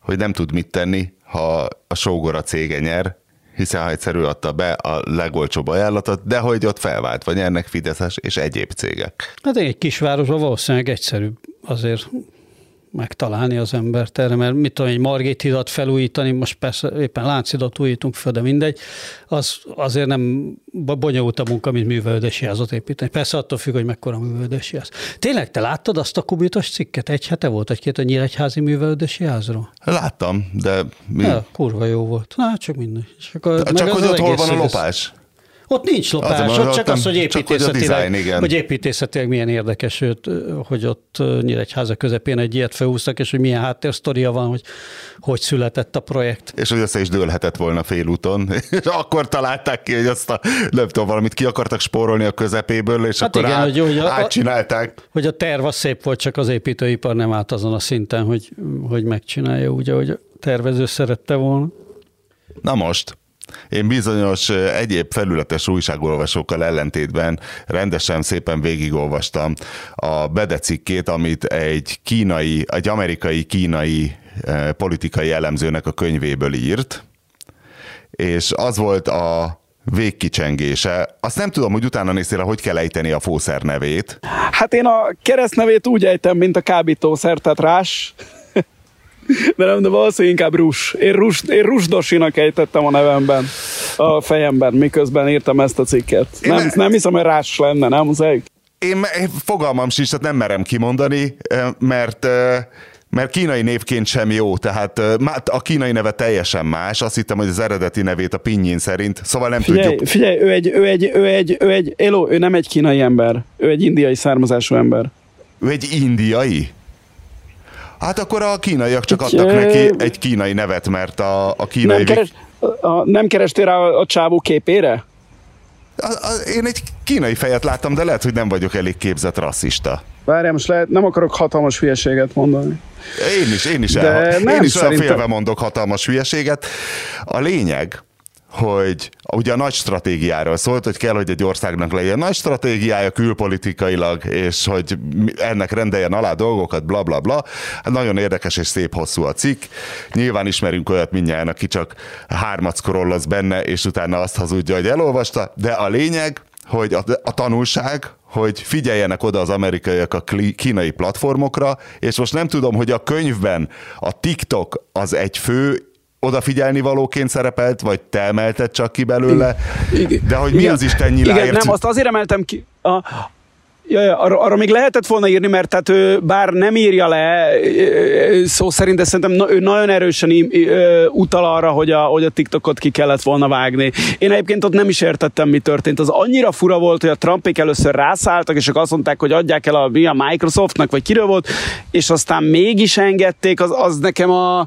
hogy nem tud mit tenni, ha a sógora cége nyer, hiszen ha egyszer ő adta be a legolcsóbb ajánlatot, de hogy ott felváltva nyernek fideszes és egyéb cégek. Hát egy kisvárosban valószínűleg egyszerűbb azért megtalálni az embert erre, mert mit tudom, egy Margit hidat felújítani, most persze éppen Lánchidat újítunk föl, de mindegy, az azért nem bonyolult a munka, mint művelődési házat építeni. Persze attól függ, hogy mekkora művelődési ház. Tényleg, te láttad azt a kubitos cikket? Egy hete volt egy-két a nyíregyházi művelődési házról? Láttam, de mi? Ja, kurva jó volt. Na, csak mindegy. Csak, akkor, csak hogy ott hol van a lopás? Ott nincs lopás, az, ott csak az, hogy építészetileg, design, hogy építészetileg milyen érdekes, hogy ott Nyíregyháza közepén egy ilyet felhúztak, és hogy milyen háttérsztoria van, hogy hogy született a projekt. És hogy össze is dőlhetett volna félúton, és akkor találták ki, hogy azt a, nem tudom, valamit ki akartak spórolni a közepéből, és hát akkor igen, át, hogy, hogy a, átcsinálták. Hogy a terv az szép volt, csak az építőipar nem állt azon a szinten, hogy, hogy megcsinálja úgy, ahogy a tervező szerette volna. Na most, én bizonyos egyéb felületes újságolvasókkal ellentétben rendesen szépen végigolvastam a Bede cikkét, amit egy kínai, egy amerikai kínai politikai elemzőnek a könyvéből írt, és az volt a végkicsengése. Azt nem tudom, hogy utána néztél, hogy kell ejteni a fószer nevét. Hát én a keresztnevét úgy ejtem, mint a kábítószer, tehát Rás. De nem, de valószínűleg inkább Rus. Én, Rus, én Rusdosinak ejtettem a nevemben, a fejemben, miközben írtam ezt a cikket. Nem, ne... nem hiszem, hogy Rás lenne, nem? Én, én fogalmam sincs, tehát nem merem kimondani, mert, mert kínai névként sem jó, tehát a kínai neve teljesen más. Azt hittem, hogy az eredeti nevét a pinyin szerint, szóval nem figyelj, tudjuk. Figyelj, ő egy, ő egy, ő egy, ő egy, Elo, ő nem egy kínai ember, ő egy indiai származású ember. Ő egy indiai? Hát akkor a kínaiak csak adtak egy, neki egy kínai nevet, mert a, a kínai... Nem, keres, a, nem kerestél rá a, a csávó képére? A, a, én egy kínai fejet láttam, de lehet, hogy nem vagyok elég képzett rasszista. Várjál, most lehet, nem akarok hatalmas hülyeséget mondani. Én is, én is, el, én is olyan félve mondok hatalmas hülyeséget. A lényeg, hogy ugye a nagy stratégiáról szólt, hogy kell, hogy egy országnak legyen nagy stratégiája külpolitikailag, és hogy ennek rendeljen alá dolgokat, bla bla bla. Hát nagyon érdekes és szép hosszú a cikk. Nyilván ismerünk olyat mindnyáján, aki csak hármat scrolloz benne, és utána azt hazudja, hogy elolvasta, de a lényeg, hogy a, a tanulság, hogy figyeljenek oda az amerikaiak a kínai platformokra, és most nem tudom, hogy a könyvben a TikTok az egy fő odafigyelni valóként szerepelt, vagy te emelted csak ki belőle, igen, de hogy mi igen, az Isten nyiláért... Igen, nem, azt azért emeltem ki... A... Ja, ja, arra, arra még lehetett volna írni, mert tehát ő bár nem írja le szó szerint, de szerintem ő nagyon erősen utal arra, hogy a, hogy a TikTokot ki kellett volna vágni. Én egyébként ott nem is értettem, mi történt. Az annyira fura volt, hogy a Trumpék először rászálltak, és azt mondták, hogy adják el a, a Microsoftnak, vagy kiről volt, és aztán mégis engedték, az, az nekem a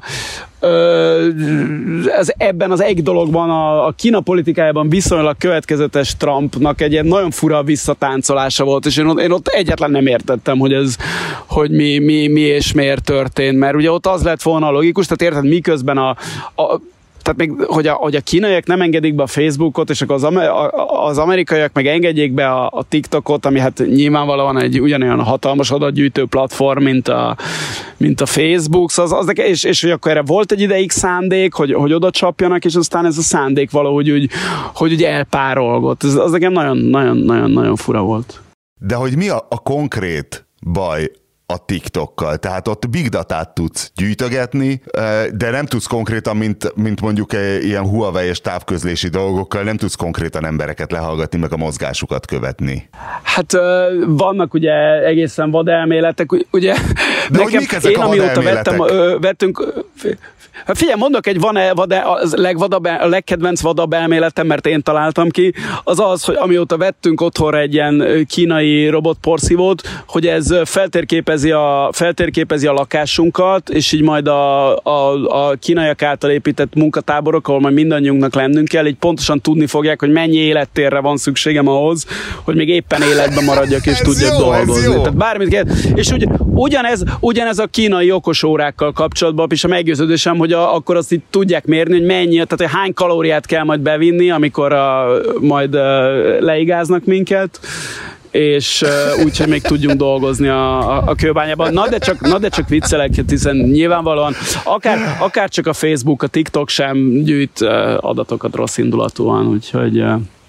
Ez ebben az egy dologban, a, a Kína politikájában viszonylag következetes Trumpnak egy ilyen nagyon fura visszatáncolása volt, és én ott, én ott egyetlen nem értettem, hogy ez, hogy mi, mi, mi és miért történt, mert ugye ott az lett volna a logikus, tehát érted, miközben a, a tehát még, hogy a, hogy a kínaiak nem engedik be a Facebookot, és akkor az, az amerikaiak meg engedjék be a, a TikTokot, ami hát nyilvánvalóan egy ugyanolyan hatalmas adatgyűjtő platform, mint a, mint a Facebook, az, az, és, és hogy akkor erre volt egy ideig szándék, hogy, hogy oda csapjanak, és aztán ez a szándék valahogy úgy, hogy úgy elpárolgott. Ez, az nekem nagyon-nagyon-nagyon fura volt. De hogy mi a, a konkrét baj a TikTokkal? Tehát ott big datát tudsz gyűjtögetni, de nem tudsz konkrétan, mint, mint mondjuk ilyen Huawei és távközlési dolgokkal, nem tudsz konkrétan embereket lehallgatni, meg a mozgásukat követni. Hát vannak ugye egészen vadelméletek, ugye de nekem, mik ezek én, a amióta vettem, vettünk, hát figyelj, mondok egy van vade, az legvadabb, a legkedvenc vadabb elméletem, mert én találtam ki, az az, hogy amióta vettünk otthonra egy ilyen kínai robotporszívót, hogy ez feltérképezi a, feltérképezi a lakásunkat, és így majd a, a, a kínaiak által épített munkatáborok, ahol majd mindannyiunknak lennünk kell, így pontosan tudni fogják, hogy mennyi élettérre van szükségem ahhoz, hogy még éppen életben maradjak, és tudjak jó, dolgozni. Tehát bármit kell. És ugy, ugyanez, ugyanez a kínai okosórákkal kapcsolatban is a meggyőződésem, hogy a, akkor azt így tudják mérni, hogy mennyi, tehát hogy hány kalóriát kell majd bevinni, amikor a, majd a, leigáznak minket, és úgyhogy még tudjunk dolgozni a, a, a kőbányában. Na de csak, na de csak viccelek, hiszen nyilvánvalóan akár, akár csak a Facebook, a TikTok sem gyűjt adatokat rossz indulatúan, úgyhogy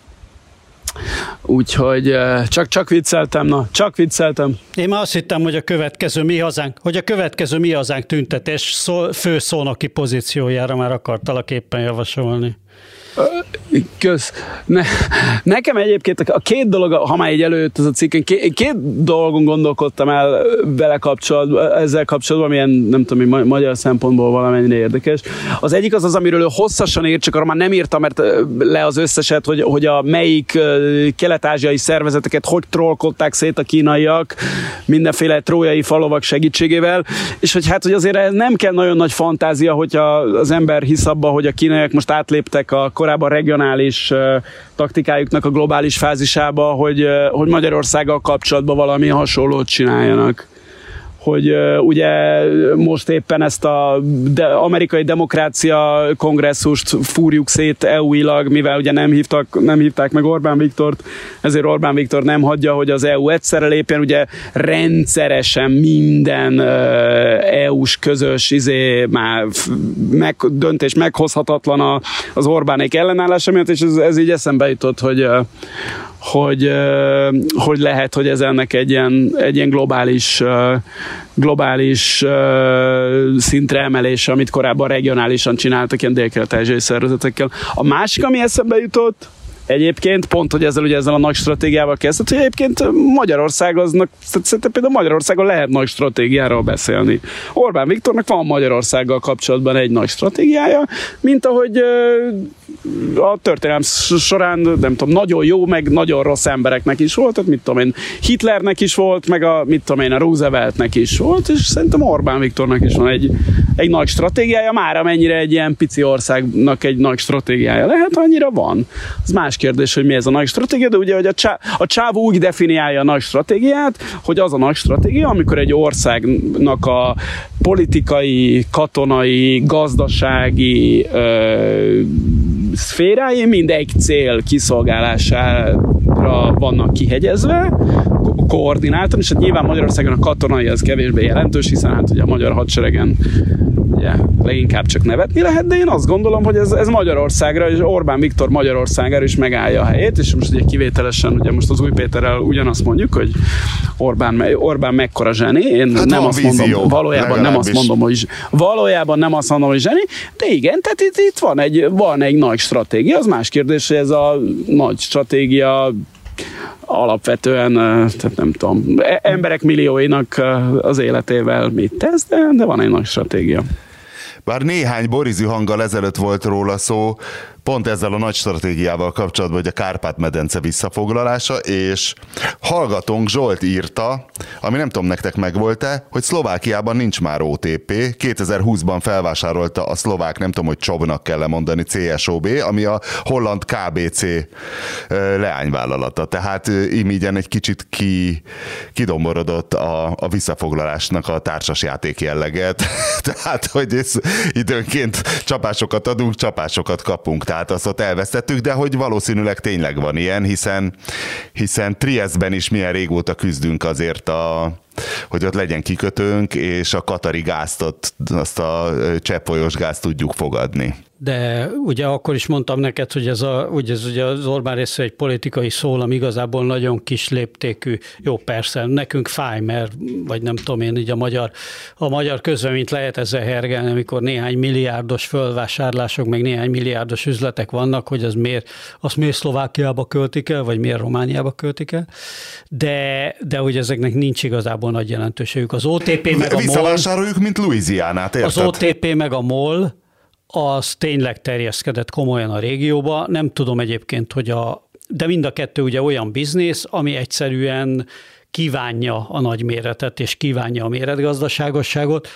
Úgyhogy csak, csak vicceltem, na, csak vicceltem. Én már azt hittem, hogy a következő Mi Hazánk, hogy a következő Mi Hazánk tüntetés szó, főszónoki pozíciójára már akartalak éppen javasolni. Kösz. Ne, nekem egyébként a két dolog, ha már így előtt ez a cikk, két, két dolgon gondolkodtam el vele kapcsolatban, ezzel kapcsolatban, milyen, nem tudom, magyar szempontból valamennyire érdekes. Az egyik az az, amiről ő hosszasan írt, csak arra már nem írtam, mert le az összeset, hogy, hogy a melyik kelet-ázsiai szervezeteket hogy trollkodták szét a kínaiak mindenféle trójai falovak segítségével, és hogy hát, hogy azért ez nem kell nagyon nagy fantázia, hogyha az ember hisz abba, hogy a kínaiak most átléptek a korábban regionális uh, taktikájuknak a globális fázisába, hogy, uh, hogy Magyarországgal kapcsolatban valami hasonlót csináljanak. Hogy uh, ugye most éppen ezt a de, amerikai demokrácia kongresszust fúrjuk szét é u-ilag, mivel ugye nem, hívtak, nem hívták meg Orbán Viktort, ezért Orbán Viktor nem hagyja, hogy az é u egyszerre lépjen, ugye rendszeresen minden uh, é u-s közös izé, már meg, döntés meghozhatatlan a, az Orbánék ellenállása miatt, és ez, ez így eszembe jutott, hogy uh, hogy, hogy lehet, hogy ez ennek egy ilyen, egy ilyen globális, globális szintre emelése, amit korábban regionálisan csináltak ilyen dél-kelet-ázsiai szervezetekkel. A másik, ami eszembe jutott, egyébként pont, hogy ezzel, ugye ezzel a nagy stratégiával kezdett, hogy egyébként Magyarország aznak, szerintem például Magyarországon lehet nagy stratégiáról beszélni. Orbán Viktornak van Magyarországgal kapcsolatban egy nagy stratégiája, mint ahogy a történelem során, nem tudom, nagyon jó, meg nagyon rossz embereknek is volt, tehát mit tudom én, Hitlernek is volt, meg a, mit tudom én, a Rooseveltnek is volt, és szerintem Orbán Viktornak is van egy, egy nagy stratégiája, már amennyire egy ilyen pici országnak egy nagy stratégiája lehet, annyira van. Az más kérdés, hogy mi ez a nagy stratégia, de ugye, hogy a, csá, a csávó úgy definiálja a nagy stratégiát, hogy az a nagy stratégia, amikor egy országnak a politikai, katonai, gazdasági ö, szférái mind egy cél kiszolgálására vannak kihegyezve, ko- koordináltan, és hát nyilván Magyarországon a katonai az kevésbé jelentős, hiszen hát ugye a magyar hadseregen ugye, leginkább csak nevetni lehet, de én azt gondolom, hogy ez, ez Magyarországra, és Orbán Viktor Magyarországára is megállja a helyét, és most ugye kivételesen, ugye most az Új Péterrel ugyanazt mondjuk, hogy Orbán, Orbán mekkora zseni, én hát nem azt vízió, mondom, valójában nem azt mondom, hogy valójában nem azt mondom, hogy zseni, de igen, tehát itt, itt van, egy, van egy nagy stratégia, az más kérdés, hogy ez a nagy stratégia alapvetően, tehát nem tudom, emberek millióinak az életével mit tesz, de, de van egy nagy stratégia. Bár néhány borizű hanggal ezelőtt volt róla szó, pont ezzel a nagy stratégiával kapcsolatban, hogy a Kárpát-medence visszafoglalása, és hallgatónk Zsolt írta, ami nem tudom nektek megvolt-e, hogy Szlovákiában nincs már o té pé, kétezer-húszban felvásárolta a szlovák, nem tudom, hogy Csobnak kell mondani, cé es o bé, ami a holland ká bé cé leányvállalata. Tehát imígyen egy kicsit ki, kidomborodott a, a visszafoglalásnak a társasjáték jelleget. Tehát, hogy ez időnként csapásokat adunk, csapásokat kapunk. Tehát azt ott elvesztettük, de hogy valószínűleg tényleg van ilyen, hiszen, hiszen Triesztben is milyen régóta küzdünk azért, a, hogy ott legyen kikötőnk, és a katari gázt, ott, azt a cseppfolyós gázt tudjuk fogadni. De ugye akkor is mondtam neked, hogy ez, a, ugye ez ugye az Orbán részre egy politikai szólam, igazából nagyon kis léptékű. Jó, persze, nekünk fáj, mert, vagy nem tudom én, így a magyar, a magyar közvéleményt lehet ezzel hergelni, amikor néhány milliárdos fölvásárlások, meg néhány milliárdos üzletek vannak, hogy az miért, azt miért Szlovákiába költik el, vagy miért Romániába költik el. De, de hogy ezeknek nincs igazából nagy jelentőségük. Az o té pé meg a MOL... Visszavásároljuk, mint Louisianát, érted? Az o té pé meg a MOL az tényleg terjeszkedett komolyan a régióba. Nem tudom egyébként, hogy a... De mind a kettő ugye olyan biznisz, ami egyszerűen kívánja a nagyméretet, és kívánja a méretgazdaságosságot.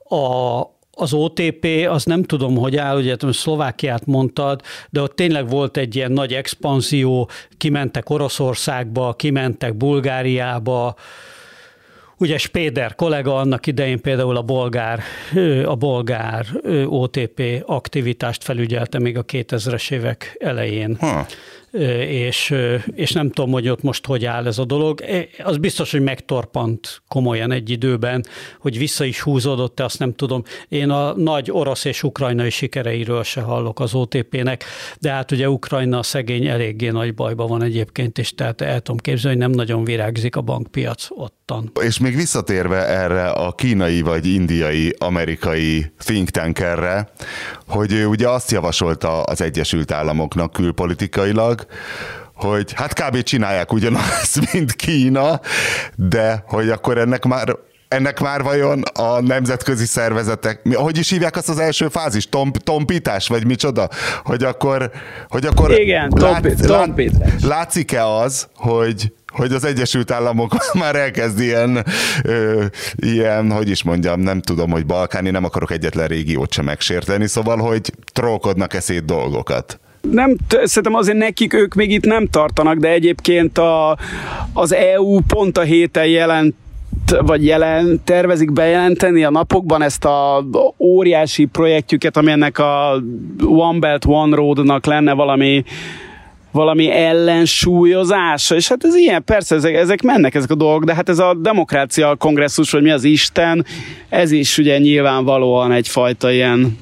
A, az o té pé, az nem tudom, hogy áll, ugye Szlovákiát mondtad, de ott tényleg volt egy ilyen nagy expanzió, kimentek Oroszországba, kimentek Bulgáriába, Ugye Spéder kollega annak idején például a bolgár, a bolgár o té pé aktivitást felügyelte még a kétezres évek elején. Ha. És, és nem tudom, hogy ott most hogy áll ez a dolog. Az biztos, hogy megtorpant komolyan egy időben, hogy vissza is húzódott, azt nem tudom. Én a nagy orosz és ukrajnai sikereiről se hallok az o té pének, de hát ugye Ukrajna szegény eléggé nagy bajban van egyébként, és tehát el tudom képzelni, hogy nem nagyon virágzik a bankpiac ottan. És még visszatérve erre a kínai vagy indiai, amerikai think tankerre, hogy ő ugye azt javasolta az Egyesült Államoknak külpolitikailag, hogy hát kb. Csinálják ugyanazt, mint Kína, de hogy akkor ennek már ennek már vajon a nemzetközi szervezetek, hogy is hívják azt az első fázis? Tomp, tompítás, vagy micsoda? Hogy akkor, hogy akkor igen, lát, tompítás. Látszik-e az, hogy hogy az Egyesült Államok már elkezd ilyen, ö, ilyen, hogy is mondjam, nem tudom, hogy balkáni, nem akarok egyetlen régiót sem megsérteni, szóval, hogy trollkodnak-e szét dolgokat? Nem, szerintem azért nekik ők még itt nem tartanak, de egyébként a, az é u pont a héten jelent vagy jelen, tervezik bejelenteni a napokban ezt a óriási projektjüket, ami ennek a One Belt One Road-nak lenne valami valami ellensúlyozása, és hát ez ilyen, persze ezek, ezek mennek ezek a dolgok, de hát ez a demokrácia kongresszus, vagy mi az Isten, ez is ugye nyilvánvalóan egyfajta ilyen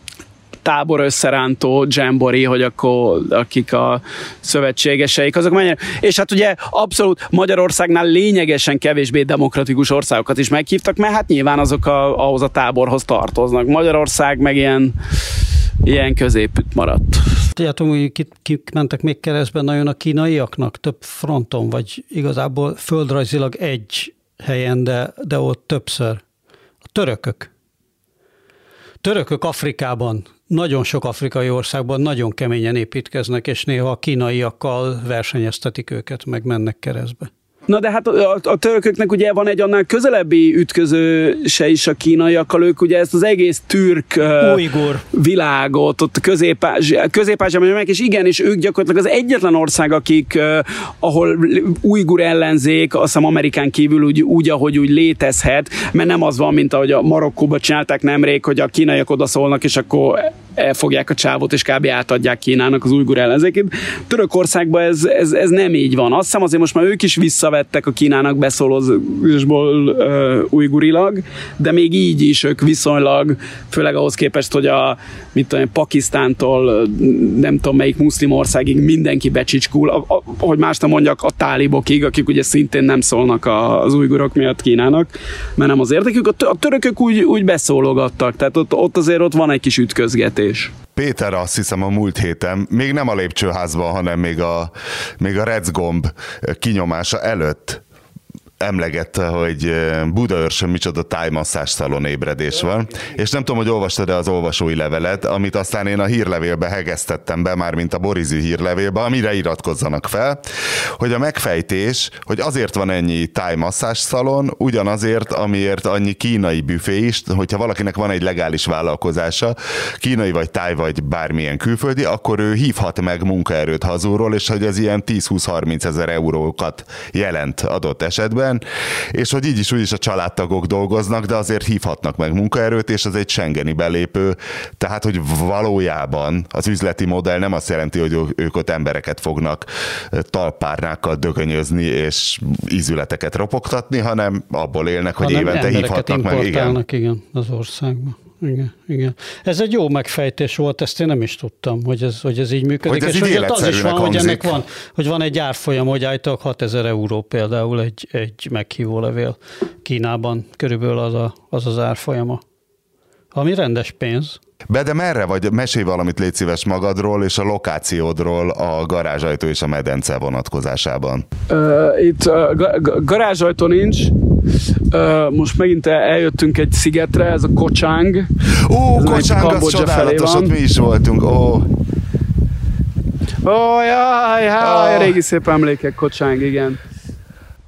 tábor összerántó dzsembori, hogy akkor akik a szövetségeseik, azok menjenek. És hát ugye abszolút Magyarországnál lényegesen kevésbé demokratikus országokat is meghívtak, mert hát nyilván azok a, ahhoz a táborhoz tartoznak. Magyarország meg ilyen, ilyen középütt maradt. Tudjátok, hogy kik, kik mentek még keresztben nagyon a kínaiaknak több fronton, vagy igazából földrajzilag egy helyen, de, de ott többször. A törökök. Törökök Afrikában, nagyon sok afrikai országban nagyon keményen építkeznek, és néha a kínaiakkal versenyeztetik őket, meg mennek keresztbe. Na de hát a, a törököknek ugye van egy annál közelebbi ütközőse is a kínaiakkal, ők ugye ezt az egész türk Ujgur világot, ott Közép-Ázsiában, Közép-Ázsiában meg, és igen, és ők gyakorlatilag az egyetlen ország, akik, ahol ujgur ellenzék, azt hiszem Amerikán kívül úgy, úgy, ahogy úgy létezhet, mert nem az van, mint ahogy a Marokkóban csinálták nemrég, hogy a kínaiak odaszólnak, és akkor elfogják a csávot, és kb. Átadják Kínának az ujgur ellenzékét. Törökországban ez, ez, ez nem így van. Azt hiszem azért most már ők is visszavettek a Kínának beszólózásból uh, ujgurilag, de még így is ők viszonylag, főleg ahhoz képest, hogy a mit tudom, Pakisztántól nem tudom melyik muszlim országig mindenki becsicskul, a, a, hogy más nem mondjak, a tálibokig, akik ugye szintén nem szólnak a, az ujgurok miatt Kínának, mert nem az érdekük. A törökök úgy, úgy beszólogattak, tehát ott, ott azért ott van egy kis ütközgetés. Péter azt hiszem a múlt héten, még nem a lépcsőházban, hanem még a, még a recgomb kinyomása előtt emlegette, hogy Budaörsön micsoda tájmasszás szalon ébredés van, és nem tudom, hogy olvastad-e az olvasói levelet, amit aztán én a hírlevélbe hegesztettem be, már mint a Borizű hírlevélbe, amire iratkozzanak fel, hogy a megfejtés, hogy azért van ennyi tájmasszás szalon, ugyanazért, amiért annyi kínai büfé is, hogyha valakinek van egy legális vállalkozása, kínai vagy táj vagy bármilyen külföldi, akkor ő hívhat meg munkaerőt hazulról, és hogy ez ilyen tíz-húsz-harminc ezer eurókat jelent adott esetben, és hogy így is úgy is a családtagok dolgoznak, de azért hívhatnak meg munkaerőt, és ez egy schengeni belépő, tehát hogy valójában az üzleti modell nem azt jelenti, hogy ők ott embereket fognak talpárnákkal dögönyözni és ízületeket ropogtatni, hanem abból élnek, hogy hanem évente hívhatnak meg. Igen. igen, az országban. Igen, igen. Ez egy jó megfejtés volt, ezt én nem is tudtam, hogy ez, hogy ez így működik. Hogy ez és így hogy az is van, hangzik. hogy ennek van, hogy van egy árfolyam, hogy állítólag hatezer euró például egy, egy meghívólevél Kínában, körülbelül az a, az, az árfolyama. Ami rendes pénz. Be, de merre vagy? Mesélj valamit, légy szíves magadról és a lokációdról a garázsajtó és a medence vonatkozásában. Uh, itt uh, ga- garázsajtó nincs. Uh, most megint eljöttünk egy szigetre, ez a Kocsáng. Ó, Kocsáng, az csodálatos, ott mi is voltunk. Ó, oh. oh, jaj, jaj, oh. Régi szép emlékek, Kocsáng, igen.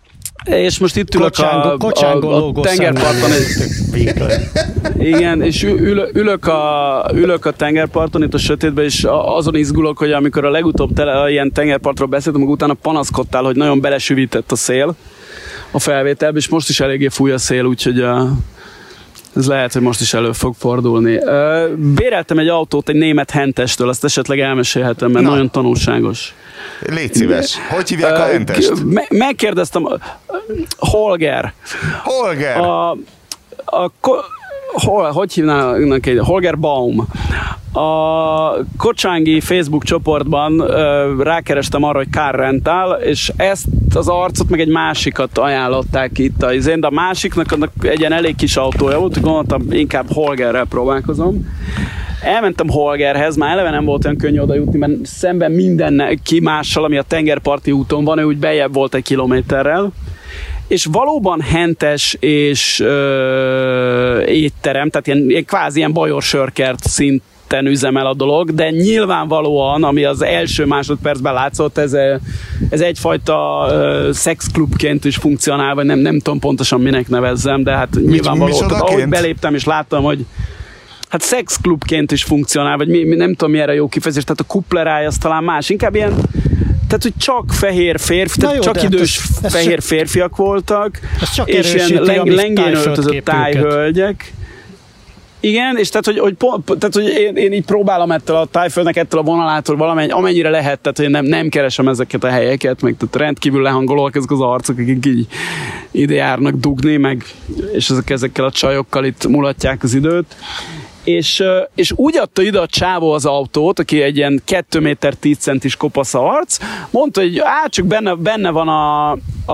És most itt ülök a, a, a tengerparton. Igen, és ül, ülök, a, ülök a tengerparton, itt a sötétben, és azon izgulok, hogy amikor a legutóbb tele, ilyen tengerpartról beszéltem, akkor utána panaszkodtál, hogy nagyon belesüvített a szél a felvételbe, és most is eléggé fúj a szél, úgyhogy a, ez lehet, hogy most is elő fog fordulni. Béreltem egy autót egy német hentestől, azt esetleg elmesélhetem, mert Na. nagyon tanulságos. Légy szíves. Hogy hívják a hentest? Me- megkérdeztem. Holger. Holger. A, a, hol, hogy hívnának egy? Holger Baum. A Kocsángi Facebook csoportban ö, rákerestem arra, hogy car rental, és ezt az arcot meg egy másikat ajánlották itt a izén, de a másiknak egy ilyen elég kis autója volt, hogy gondoltam, inkább Holgerrel próbálkozom. Elmentem Holgerhez, már eleve nem volt olyan könnyű oda jutni, mert szemben mindenki mással, ami a tengerparti úton van, ő úgy bejebb volt egy kilométerrel. És valóban hentes és ö, étterem, tehát ilyen, ilyen kvázi ilyen bajor sörkert szinten üzemel a dolog, de nyilvánvalóan, ami az első másodpercben látszott, ez, ez egyfajta ö, szexklubként is funkcionál, vagy nem, nem tudom pontosan minek nevezzem, de hát nyilvánvaló, tehát, ahogy beléptem és láttam, hogy hát szexklubként is funkcionál, vagy mi, mi, nem tudom, mi erre jó kifejezés, tehát a kupleráj az talán más, inkább ilyen, tehát, hogy csak fehér férfi, tehát jó, csak idős ez, ez fehér csak, férfiak voltak, és ilyen leng, lengén öltözött tájhölgyek. Igen, és tehát, hogy, hogy, tehát, hogy én, én így próbálom ettől a tájföldnek, ettől a vonalától valamennyi, amennyire lehet, tehát, hogy nem, nem keresem ezeket a helyeket, meg tehát rendkívül lehangolóak ezek az arcok, akik így ide járnak dugni, meg, és ezek, ezekkel a csajokkal itt mulatják az időt. És, és úgy adta ide a csávó az autót, aki egy ilyen két méter tíz centis kopasz arc, mondta, hogy á, csak benne, benne van a,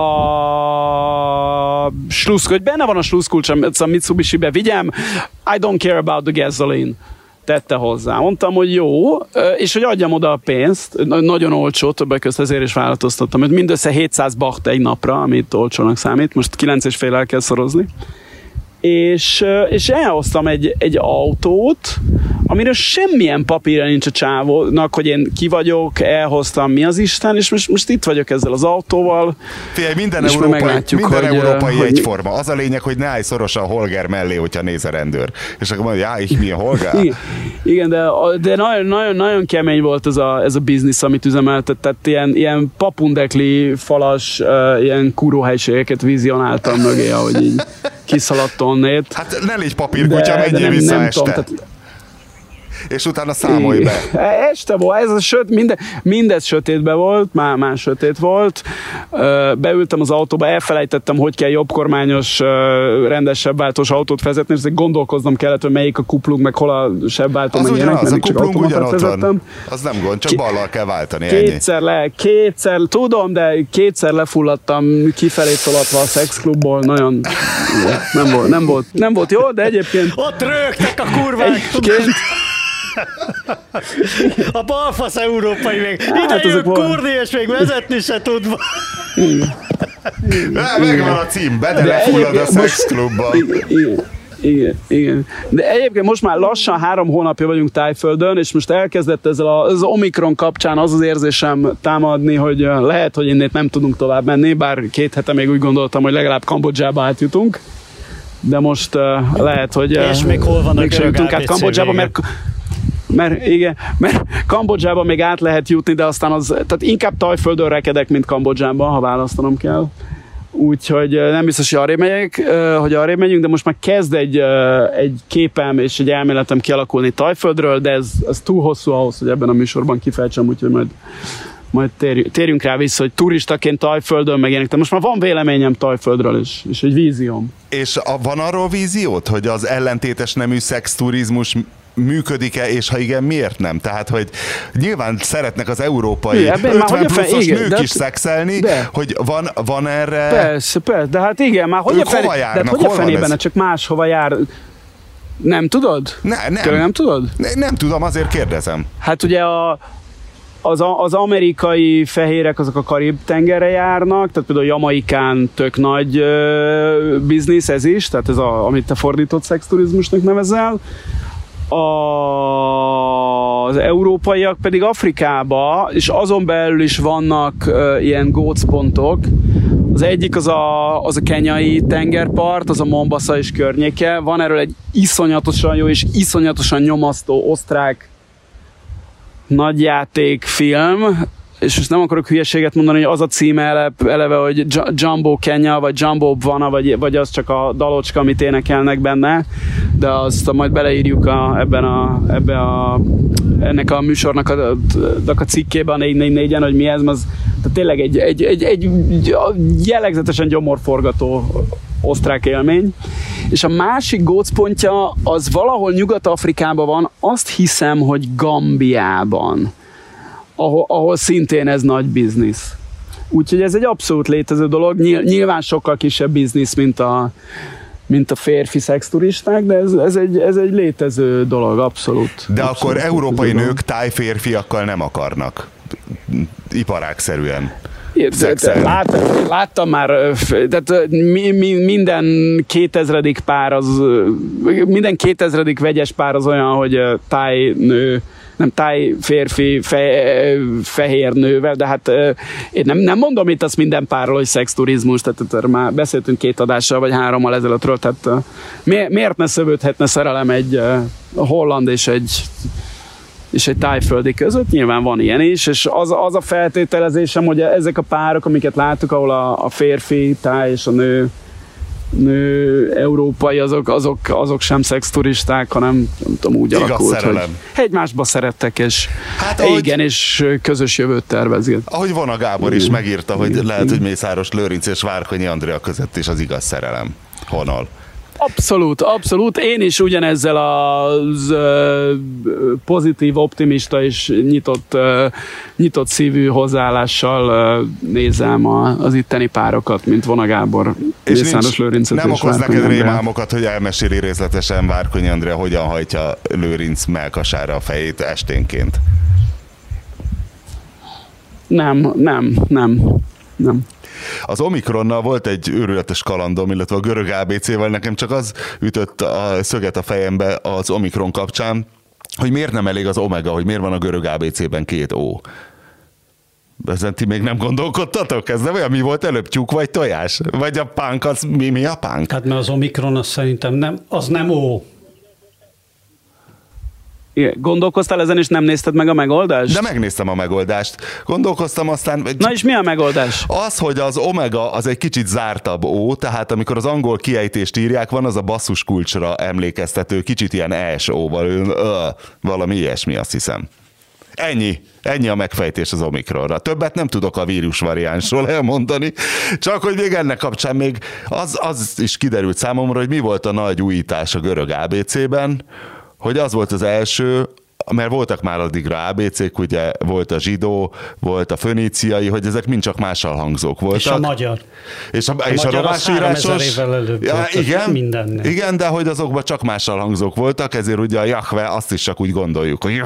a slusz, hogy benne van a sluszkulcs a Mitsubishi-be, vigyem, I don't care about the gasoline. Tette hozzá. Mondtam, hogy jó, és hogy adjam oda a pénzt, nagyon olcsó, többek között ezért is változtattam, hogy mindössze hétszáz baht egy napra, amit olcsónak számít, most kilenc és fél el kell szorozni. És, és elhoztam egy, egy autót, amire semmilyen papírja nincs a csávónak, hogy én ki vagyok, elhoztam, mi az Isten, és most, most itt vagyok ezzel az autóval. Figyelj, minden európai, minden hogy, európai hogy, egyforma. Az a lényeg, hogy ne állj szorosan a Holger mellé, hogyha néz a rendőr. És akkor mondja, já, ich mi a Holger? Igen, igen, de, de nagyon, nagyon, nagyon kemény volt ez a, ez a biznisz, amit üzemeltet. Tehát ilyen, ilyen papundekli, falas, uh, ilyen kuróhelységeket vizionáltam mögé, ahogy így kiszaladt onnét. Hát ne légy papírkutya, menjél vissza nem este. Tudom, tehát... És utána számolj be. Este volt, ez a söt, minden, mindez sötétben volt, már, már sötét volt. Beültem az autóba, elfelejtettem, hogy kell jobbkormányos, rendesebb váltós autót vezetni, és gondolkoznom kellett, hogy melyik a kuplung, meg hol a sebváltó, meg ilyenek, az a kuplung ugyanott van. Az nem gond, csak ballal kell váltani. Kétszer ennyi. le, kétszer, tudom, de kétszer lefulladtam, kifelé tolatva a szexklubból, nagyon nem volt, nem volt, nem volt jó, de egyébként... Ott rögtek a kurvák! A balfasz európai még. Ide jön kurdi, és még vezetni se tud. Megvan a cím, be, de lefullad a szexklubba. Igen, igen, igen. De egyébként most már lassan három hónapja vagyunk Tájföldön, és most elkezdett ezzel az Omikron kapcsán az az érzésem támadni, hogy lehet, hogy innét nem tudunk tovább menni, bár két hete még úgy gondoltam, hogy legalább Kambodzsába átjutunk. De most uh, lehet, hogy uh, és még hol van a jutunk át Kambodzsába, mert Mert igen, mert Kambodzsában még át lehet jutni, de aztán az, tehát inkább Tajföldön rekedek, mint Kambodzsában, ha választanom kell. Úgyhogy nem biztos, hogy arrébb megyek, hogy arrébb megyünk, de most már kezd egy, egy képem és egy elméletem kialakulni Tajföldről, de ez, ez túl hosszú ahhoz, hogy ebben a műsorban kifejtsem, úgyhogy majd, majd térjünk, térjünk rá vissza, hogy turistaként Tajföldön megjelentek. De most már van véleményem Tajföldről is, és egy vízióm. És a, van arról víziót, hogy az ellentétes nemű szexturizmus működik-e, és ha igen, miért nem? Tehát, hogy nyilván szeretnek az európai ötven pluszos nők de, is szexelni, de, hogy van, van erre... Persze, persze, de hát igen, már hogy a, fen... járnak, de hogy a fenében, csak máshova jár... Nem tudod? Ne, nem. Tőle nem tudod? Ne, nem tudom, azért kérdezem. Hát ugye a... Az, az amerikai fehérek azok a Karib-tengerre járnak, tehát például Jamaikán tök nagy uh, biznisz ez is, tehát ez a, amit te fordított szexturizmusnak nevezel. A, az európaiak pedig Afrikába, és azon belül is vannak uh, ilyen gócpontok, Az egyik az a, az a kenyai tengerpart, az a Mombasa és környéke. Van erről egy iszonyatosan jó és iszonyatosan nyomasztó osztrák nagyjátékfilm, és most nem akarok hülyeséget mondani, hogy az a címe eleve, hogy Jumbo Kenya, vagy Jumbo Bwana, vagy, vagy az csak a dalocska, amit énekelnek benne, de azt majd beleírjuk a, ebben a, ebbe a, ennek a műsornak a, a cikkében a négy négy négyen, hogy mi ez, az tehát tényleg egy, egy, egy, egy jellegzetesen gyomorforgató osztrák élmény. És a másik gócpontja az valahol Nyugat-Afrikában van, azt hiszem, hogy Gambiában, ahol, ahol szintén ez nagy biznisz. Úgyhogy ez egy abszolút létező dolog, nyilván sokkal kisebb biznisz, mint a, mint a férfi szexturisták, de ez, ez, egy, ez egy létező dolog, abszolút. De abszolút akkor európai nők táj férfiakkal nem akarnak iparágszerűen. Lát, láttam már, tehát mi, mi, minden kétezredik pár az, minden kétezredik vegyes pár az olyan, hogy táj nő, nem táj férfi fe, fehér nővel, de hát én nem, nem mondom itt azt minden párról, hogy szexturizmus, tehát, tehát már beszéltünk két adással, vagy hárommal ezelőttről, tehát mi, miért ne szövődhetne szerelem egy holland és egy és egy tájföldi között, nyilván van ilyen is, és az, az a feltételezésem, hogy ezek a párok, amiket láttuk, ahol a, a férfi táj és a nő, nő európai, azok, azok, azok sem szexturisták, hanem nem tudom, úgy igaz alakult, szerelem. Hogy egymásba szerettek, és hát, ahogy, igen, és közös jövőt tervezik. Ahogy Vona Gábor is megírta, hogy lehet, hogy Mészáros Lőrinc és Várkonyi Andrea között is az igaz szerelem honol. Abszolút, abszolút. Én is ugyanezzel az pozitív, optimista és nyitott, nyitott szívű hozzáállással nézem az itteni párokat, mint Vona Gábor, Mészáros Lőrincet. Nem okoz neked rémálmokat, hogy elmeséli részletesen Várkonyi Andrea hogyan hajtja Lőrinc mellkasára a fejét esténként? Nem, nem, nem, nem. Az Omikronnal volt egy őrületes kalandom, illetve a görög á bé cével nekem csak az ütött a szöget a fejembe az Omikron kapcsán, hogy miért nem elég az omega, hogy miért van a görög á bé cében két ó. Ezen ti még nem gondolkodtatok? Ez nem olyan, mi volt előbb, tyúk vagy tojás? Vagy a pánk, az mi, mi a pánk? Hát mert az Omikron az szerintem nem, az nem ó. Igen. Gondolkoztál ezen, és nem nézted meg a megoldást? De megnéztem a megoldást. Gondolkoztam aztán... Na és mi a megoldás? Az, hogy az omega az egy kicsit zártabb ó, tehát amikor az angol kiejtést írják, van az a basszus kulcsra emlékeztető, kicsit ilyen es óval, ö, valami ilyesmi, azt hiszem. Ennyi. Ennyi a megfejtés az Omikronra. Többet nem tudok a vírus variánsról elmondani, csak hogy még ennek kapcsán még az, az is kiderült számomra, hogy mi volt a nagy újítás a görög á bé cében, hogy az volt az első, mert voltak már addigra á bé cék, ugye volt a zsidó, volt a föníciai, hogy ezek mind csak mással hangzók voltak. És a magyar. És a, a, és a romásírásos. Ja, igen, mindennél. igen, de hogy azokban csak mással hangzók voltak, ezért ugye a Jahve, azt is csak úgy gondoljuk, hogy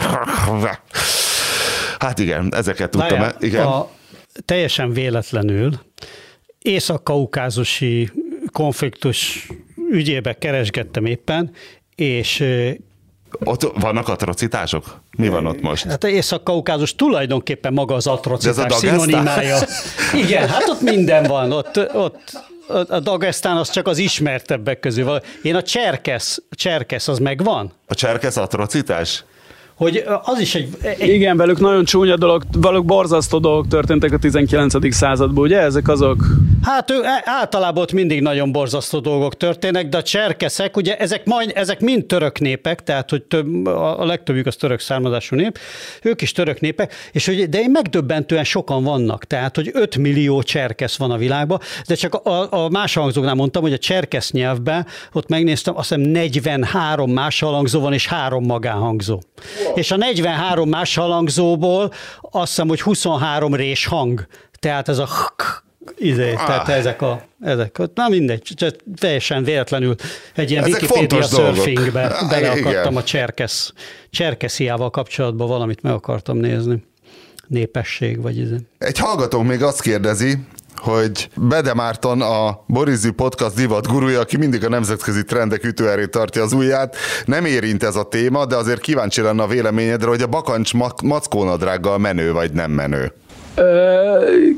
hát igen, ezeket tudtam. Várjál, igen. A, teljesen véletlenül észak-kaukázusi konfliktus ügyébe keresgettem éppen, és ott vannak atrocitások? Mi van ott most? Hát Észak-Kaukázus tulajdonképpen maga az atrocitás szinonimája. Dagestán? Igen, hát ott minden van. Ott, ott a Dagestán az csak az ismertebbek közül van. Én a Cserkesz, Cserkesz az megvan? A Cserkesz atrocitás? Hogy az is egy, egy... Igen, velük nagyon csúnya dolog, velük borzasztó dolgok történtek a tizenkilencedik században, ugye? Ezek azok? Hát ő, általában ott mindig nagyon borzasztó dolgok történnek, de a cserkeszek, ugye ezek, majd, ezek mind török népek, tehát hogy több, a legtöbbjük az török származású nép, ők is török népek, és hogy, de megdöbbentően sokan vannak, tehát hogy öt millió cserkesz van a világban, de csak a, a máshangzóknál mondtam, hogy a cserkesz nyelvben, ott megnéztem, azt hiszem negyvenhárom máshangzó van, és három magánhangzó. Wow. És a negyvenhárom máshangzóból azt hiszem, hogy huszonhárom rés hang, tehát ez a Izé, ah. tehát ezek a, ezek, na mindegy, csak teljesen véletlenül egy ilyen ezek Wikipédia surfingbe beleakadtam a cserkesz, cserkesziával kapcsolatban valamit meg akartam nézni. Népesség, vagy izé. Egy hallgató még azt kérdezi, hogy Bede Márton, a Borizzi Podcast divat gurúja, aki mindig a nemzetközi trendek ütőerét tartja az ujját, nem érint ez a téma, de azért kíváncsi lenne a véleményedre, hogy a bakancs mackónadrággal menő vagy nem menő.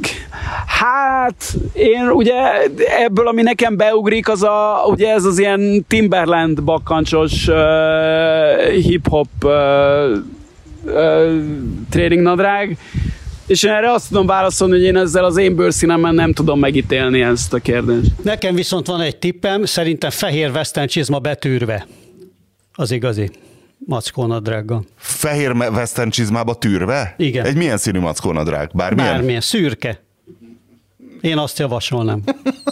Hát, én ugye ebből, ami nekem beugrik, az a, ugye ez az ilyen Timberland bakkancsos uh, hip-hop uh, uh, trading nadrág, és én erre azt tudom válaszolni, hogy én ezzel az én bőrszínemmel nem tudom megítélni ezt a kérdést. Nekem viszont van egy tippem, szerintem fehér western csizma betűrve. Az igazi mackónadrággal. Fehér western csizmába tűrve? Igen. Egy milyen színű mackónadrág? Bármilyen? Bármilyen, szürke. Én azt javasolnám.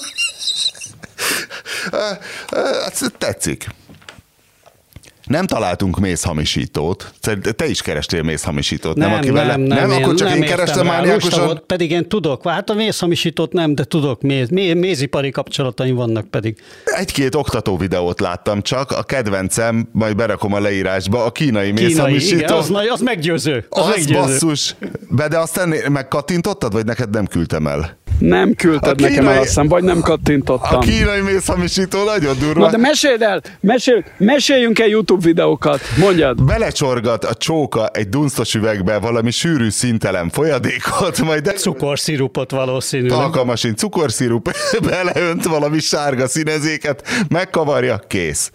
Tetszik. Nem találtunk mézhamisítót. Te is kerestél mézhamisítót, nem? Nem, Akivel nem, le... nem, nem, én, akkor csak nem én kerestem mániákusan. Pedig én tudok. Hát a mézhamisítót nem, de tudok méz. Mézipari kapcsolataim vannak pedig. Egy-két oktató videót láttam csak, a kedvencem, majd berakom a leírásba, a kínai, Kínai mézhamisító. igen, az, az meggyőző. Az, az meggyőző. basszus. Be, de azt ennél, megkattintottad, vagy neked nem küldtem el? Nem küldted kínai, nekem el, azt hiszem, vagy nem kattintottam. A kínai mézhamisító nagyon durva. Na de meséld el, mesél, meséljünk el YouTube videókat, mondjad. Belecsorgat a csóka egy dunsztos üvegbe valami sűrű, színtelen folyadékot, majd... De... Cukorszirupot valószínűleg. Alkalmasin cukorszirup, beleönt valami sárga színezéket, megkavarja, kész.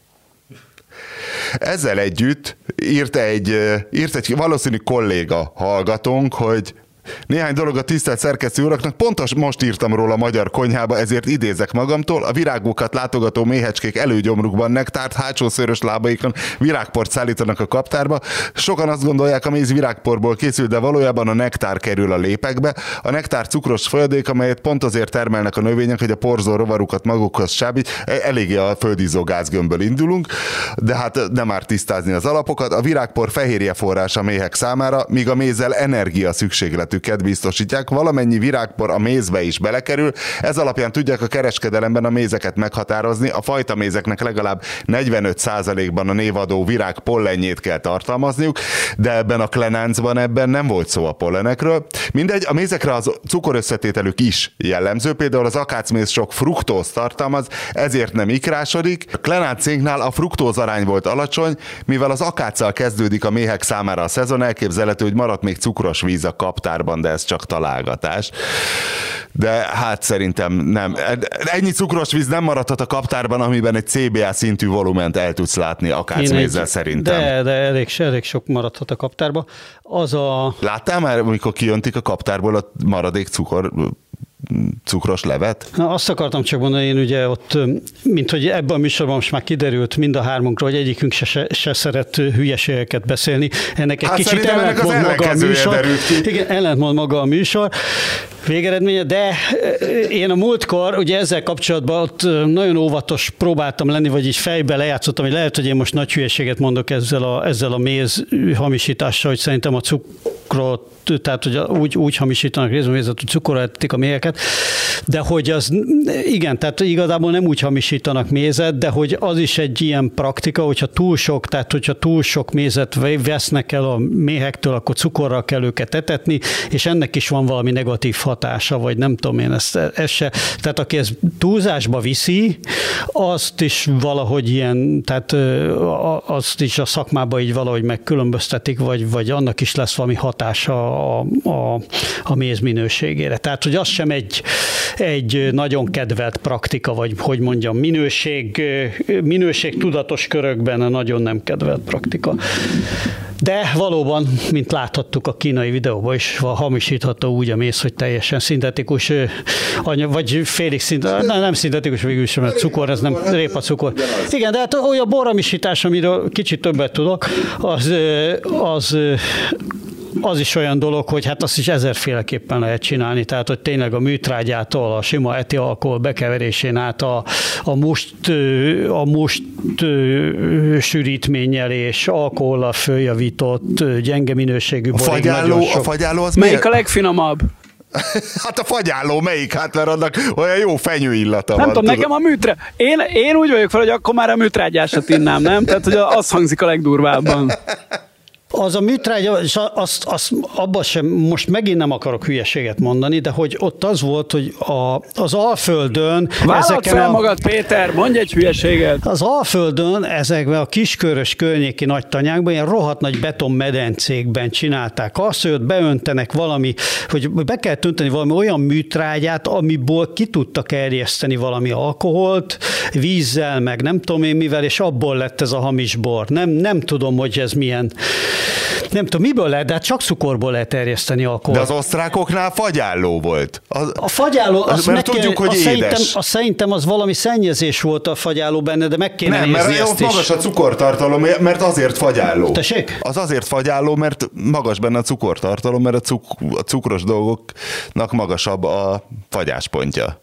Ezzel együtt írt egy, írt egy valószínű kolléga hallgatónk, hogy néhány dolog a tisztelt szerkesztő uraknak, pontos most írtam róla a magyar konyhába, ezért idézek magamtól. A virágokat látogató méhecskék előgyomrukban nektárt, hátsó szőrös lábaikon virágport szállítanak a kaptárba. Sokan azt gondolják, a méz virágporból készül, de valójában a nektár kerül a lépekbe. A nektár cukros folyadék, amelyet pont azért termelnek a növények, hogy a porzó rovarukat magukhoz csábít. Eléggé a földízó gázgömbből indulunk, de hát nem árt tisztázni az alapokat. A virágpor fehérje forrás a méhek számára, míg a mézzel energia szükségletű biztosítják, valamennyi virágpor a mézbe is belekerül, ez alapján tudják a kereskedelemben a mézeket meghatározni, a fajta mézeknek legalább negyvenöt százalékban a névadó virág pollenjét kell tartalmazniuk, de ebben a klenáncban ebben nem volt szó a pollenekről. Mindegy, a mézekre az cukorösszetételük is jellemző, például az akácméz sok fruktózt tartalmaz, ezért nem ikrásodik. A klenáncénknál a fruktóz arány volt alacsony, mivel az akáccal kezdődik a méhek számára a szezon, elképzelhető, hogy maradt még cukros víz a kaptárban, de ez csak találgatás. De hát szerintem nem. Ennyi cukros víz nem maradhat a kaptárban, amiben egy cé bé á szintű volument el tudsz látni akácmézzel szerintem. De, de elég, elég sok maradhat a kaptárba. Az a... Láttál már, amikor kijöntik a kaptárból a maradék cukor cukros levet? Na, azt akartam csak mondani, én ugye ott, mint hogy ebben a műsorban most már kiderült mind a hármunkra, hogy egyikünk se, se, se szeret hülyeségeket beszélni. Ennek egy hát kicsit ellentmond maga a műsor. Igen, ellentmond maga a műsor. Végeredménye, de én a múltkor, ugye ezzel kapcsolatban ott nagyon óvatos próbáltam lenni, vagy így fejbe lejátszottam, hogy lehet, hogy én most nagy hülyeséget mondok ezzel a, ezzel a méz hamisítással, hogy szerintem a cukrot, tehát hogy úgy, úgy hamisítanak részmézet, hogy cukorra etetik a méheket, de hogy az, igen, tehát igazából nem úgy hamisítanak mézet, de hogy az is egy ilyen praktika, hogyha túl sok, tehát hogyha túl sok mézet vesznek el a méhektől, akkor cukorral kell őket etetni, és ennek is van valami negatív hatása, vagy nem tudom én, ezt, ezt se, tehát aki ezt túlzásba viszi, azt is valahogy ilyen, tehát azt is a szakmában így valahogy megkülönböztetik, vagy, vagy annak is lesz valami hatása a, a, a méz minőségére. Tehát, hogy az sem egy, egy nagyon kedvelt praktika, vagy hogy mondjam, minőség, minőség tudatos körökben a nagyon nem kedvelt praktika. De valóban, mint láthattuk a kínai videóban is, hamisítható úgy a méz, hogy teljesen szintetikus, vagy félig szintetikus, nem, nem szintetikus végül sem, mert cukor, ez nem répacukor. Igen, de hát olyan borhamisítás, amiről kicsit többet tudok, az, az az is olyan dolog, hogy hát azt is ezerféleképpen lehet csinálni, tehát hogy tényleg a műtrágyától, a sima etialkohol bekeverésén át a, a must, a must sűrítménnyel és alkohollal följavított gyenge minőségű borig. A fagyálló, a fagyálló az melyik a legfinomabb? Hát a fagyálló melyik? Hát mert annak olyan jó fenyő illata nem van. Nem tudom, nekem a műtre... Én, én úgy vagyok fel, hogy akkor már a műtrágyásat innám, nem? Tehát, hogy az hangzik a legdurvábban. Az a műtrágya, és azt, azt, abban sem, most megint nem akarok hülyeséget mondani, de hogy ott az volt, hogy a, az Alföldön... Vállalt fel a, magad, Péter, mondj egy hülyeséget! Az Alföldön, ezekben a kiskörös környéki nagy tanyákban, ilyen rohadt nagy betonmedencékben csinálták azt, hogy ott beöntenek valami, hogy be kell önteni valami olyan műtrágyát, amiből ki tudtak erjeszteni valami alkoholt, vízzel, meg nem tudom én mivel, és abból lett ez a hamis bor. Nem, nem tudom, hogy ez milyen... Nem tudom, miből lehet, de hát csak cukorból lehet terjeszteni alkoholt. De az osztrákoknál fagyálló volt. Az, a fagyálló, az, az mert meg tudjuk, kéne, hogy az édes. Szerintem, az szerintem az valami szennyezés volt a fagyálló benne, de meg kéne nem, nézni mert ezt ott is. magas a cukortartalom, mert azért fagyálló. Tessék? Az azért fagyálló, mert magas benne a cukortartalom, mert a, cuk- a cukros dolgoknak magasabb a fagyáspontja.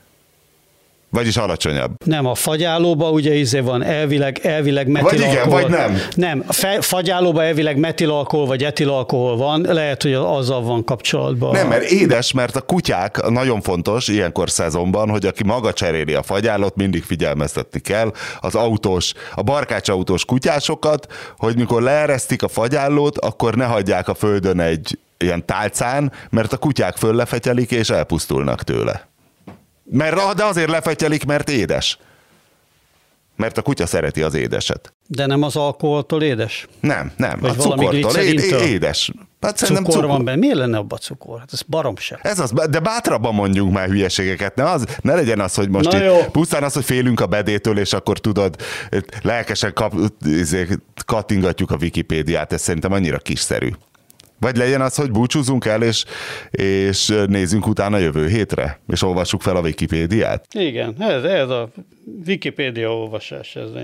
Vagyis alacsonyabb. Nem, a fagyállóban ugye izé van elvileg, elvileg metilalkohol. Vagy igen, vagy nem. Nem, a fe, fagyállóban elvileg metilalkohol vagy etilalkohol van, lehet, hogy azzal van kapcsolatban. Nem, mert édes, mert a kutyák nagyon fontos ilyenkor szezonban, hogy aki maga cseréli a fagyállót, mindig figyelmeztetni kell az autós, a barkácsautós kutyásokat, hogy mikor leeresztik a fagyállót, akkor ne hagyják a földön egy ilyen tálcán, mert a kutyák föllefetyelik és elpusztulnak tőle. Mert, de azért lefetyelik, mert édes. Mert a kutya szereti az édeset. De nem az alkoholtól édes? Nem, nem. Vagy a cukortól é- édes. Hát cukor, cukor van benne. Miért lenne abban cukor? Hát ez baromság. Ez az, de bátrabban mondjunk már hülyeségeket. Ne, az, ne legyen az, hogy most itt, pusztán az, hogy félünk a bedétől, és akkor tudod, lelkesen kap, kattingatjuk a Wikipédiát. Ez szerintem annyira kiszerű. Vagy legyen az, hogy búcsúzunk el, és, és nézzünk utána jövő hétre, és olvassuk fel a Wikipédiát. Igen, ez, ez a Wikipédia olvasás. Ez.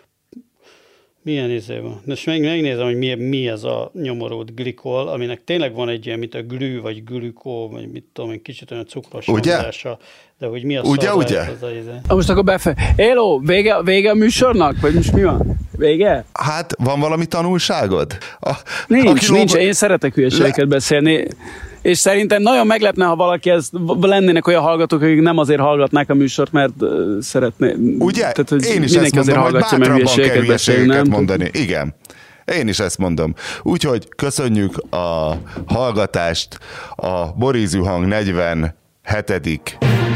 Milyen izé van? Most meg, megnézem, hogy mi, mi ez a nyomorult glikol, aminek tényleg van egy ilyen, mint a glű, vagy glükó, vagy mit tudom én, kicsit olyan cukros hangzása, de hogy mi a ugye, ugye? Ez a izé. Most akkor befe... Éló, vége, vége a műsornak? Vagy most mi van? Vége? Hát, van valami tanulságod? A, nincs, nincs. Én szeretek hülyeségeket Le... beszélni. És szerintem nagyon meglepne, ha valaki ez, lennének olyan hallgatók, akik nem azért hallgatnák a műsort, mert uh, szeretné. Ugye? Tehát, hogy én is ezt mondom, hogy bátrabban kell hülyeségeket mondani. Igen. Én is ezt mondom. Úgyhogy köszönjük a hallgatást a Borízű Hang negyvenhetedik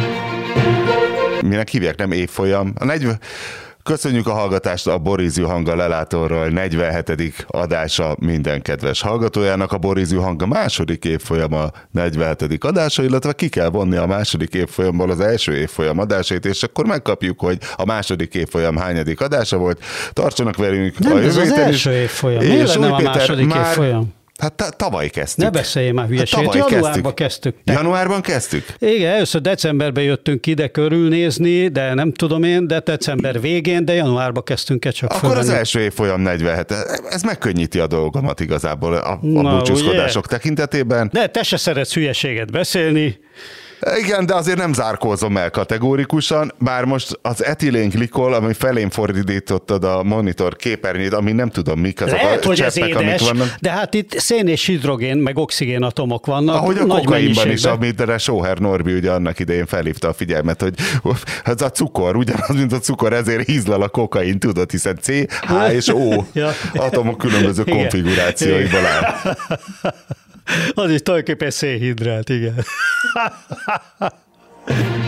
minek hívják, nem évfolyam? A negyven Köszönjük a hallgatást a Borízű Hang a Lelátorról negyvenhetedik adása minden kedves hallgatójának. A Borízű Hang a második évfolyam a negyvenhetedik adása, illetve ki kell vonni a második évfolyamból az első évfolyam adásait, és akkor megkapjuk, hogy a második évfolyam hányadik adása volt. Tartsanak velünk nem, a jövő héten is. Nem, ez az első évfolyam. Miért lenne a második már... évfolyam? Hát tavaly kezdtük. Ne beszéljél már hülyeséget. Hát januárban kezdtük. kezdtük. Januárban kezdtük? Igen, először decemberben jöttünk ide körülnézni, de nem tudom én, de december végén, de januárban kezdtünk el csak Akkor fölvenni. Az első évfolyam negyvenhet. Ez megkönnyíti a dolgomat igazából a, a búcsúzkodások ugye? Tekintetében. De te se szeretsz hülyeséget beszélni. Igen, de azért nem zárkózom el kategórikusan, bár most az etilén-glikol, ami felén fordítottad a monitor képernyőt, ami nem tudom mik azok Lehet, a hogy ez cseppek, édes, amik vannak. De hát itt szén és hidrogén, meg oxigén atomok vannak. Ahogy a kokainban is, amit Sóher Norbi ugye annak idején felhívta a figyelmet, hogy ez a cukor, ugyanaz, mint a cukor, ezért hízlal a kokain, tudod, hiszen C, H és O ja. atomok különböző igen. konfigurációiból áll. Az is tulajdonképpen szénhidrát, igen.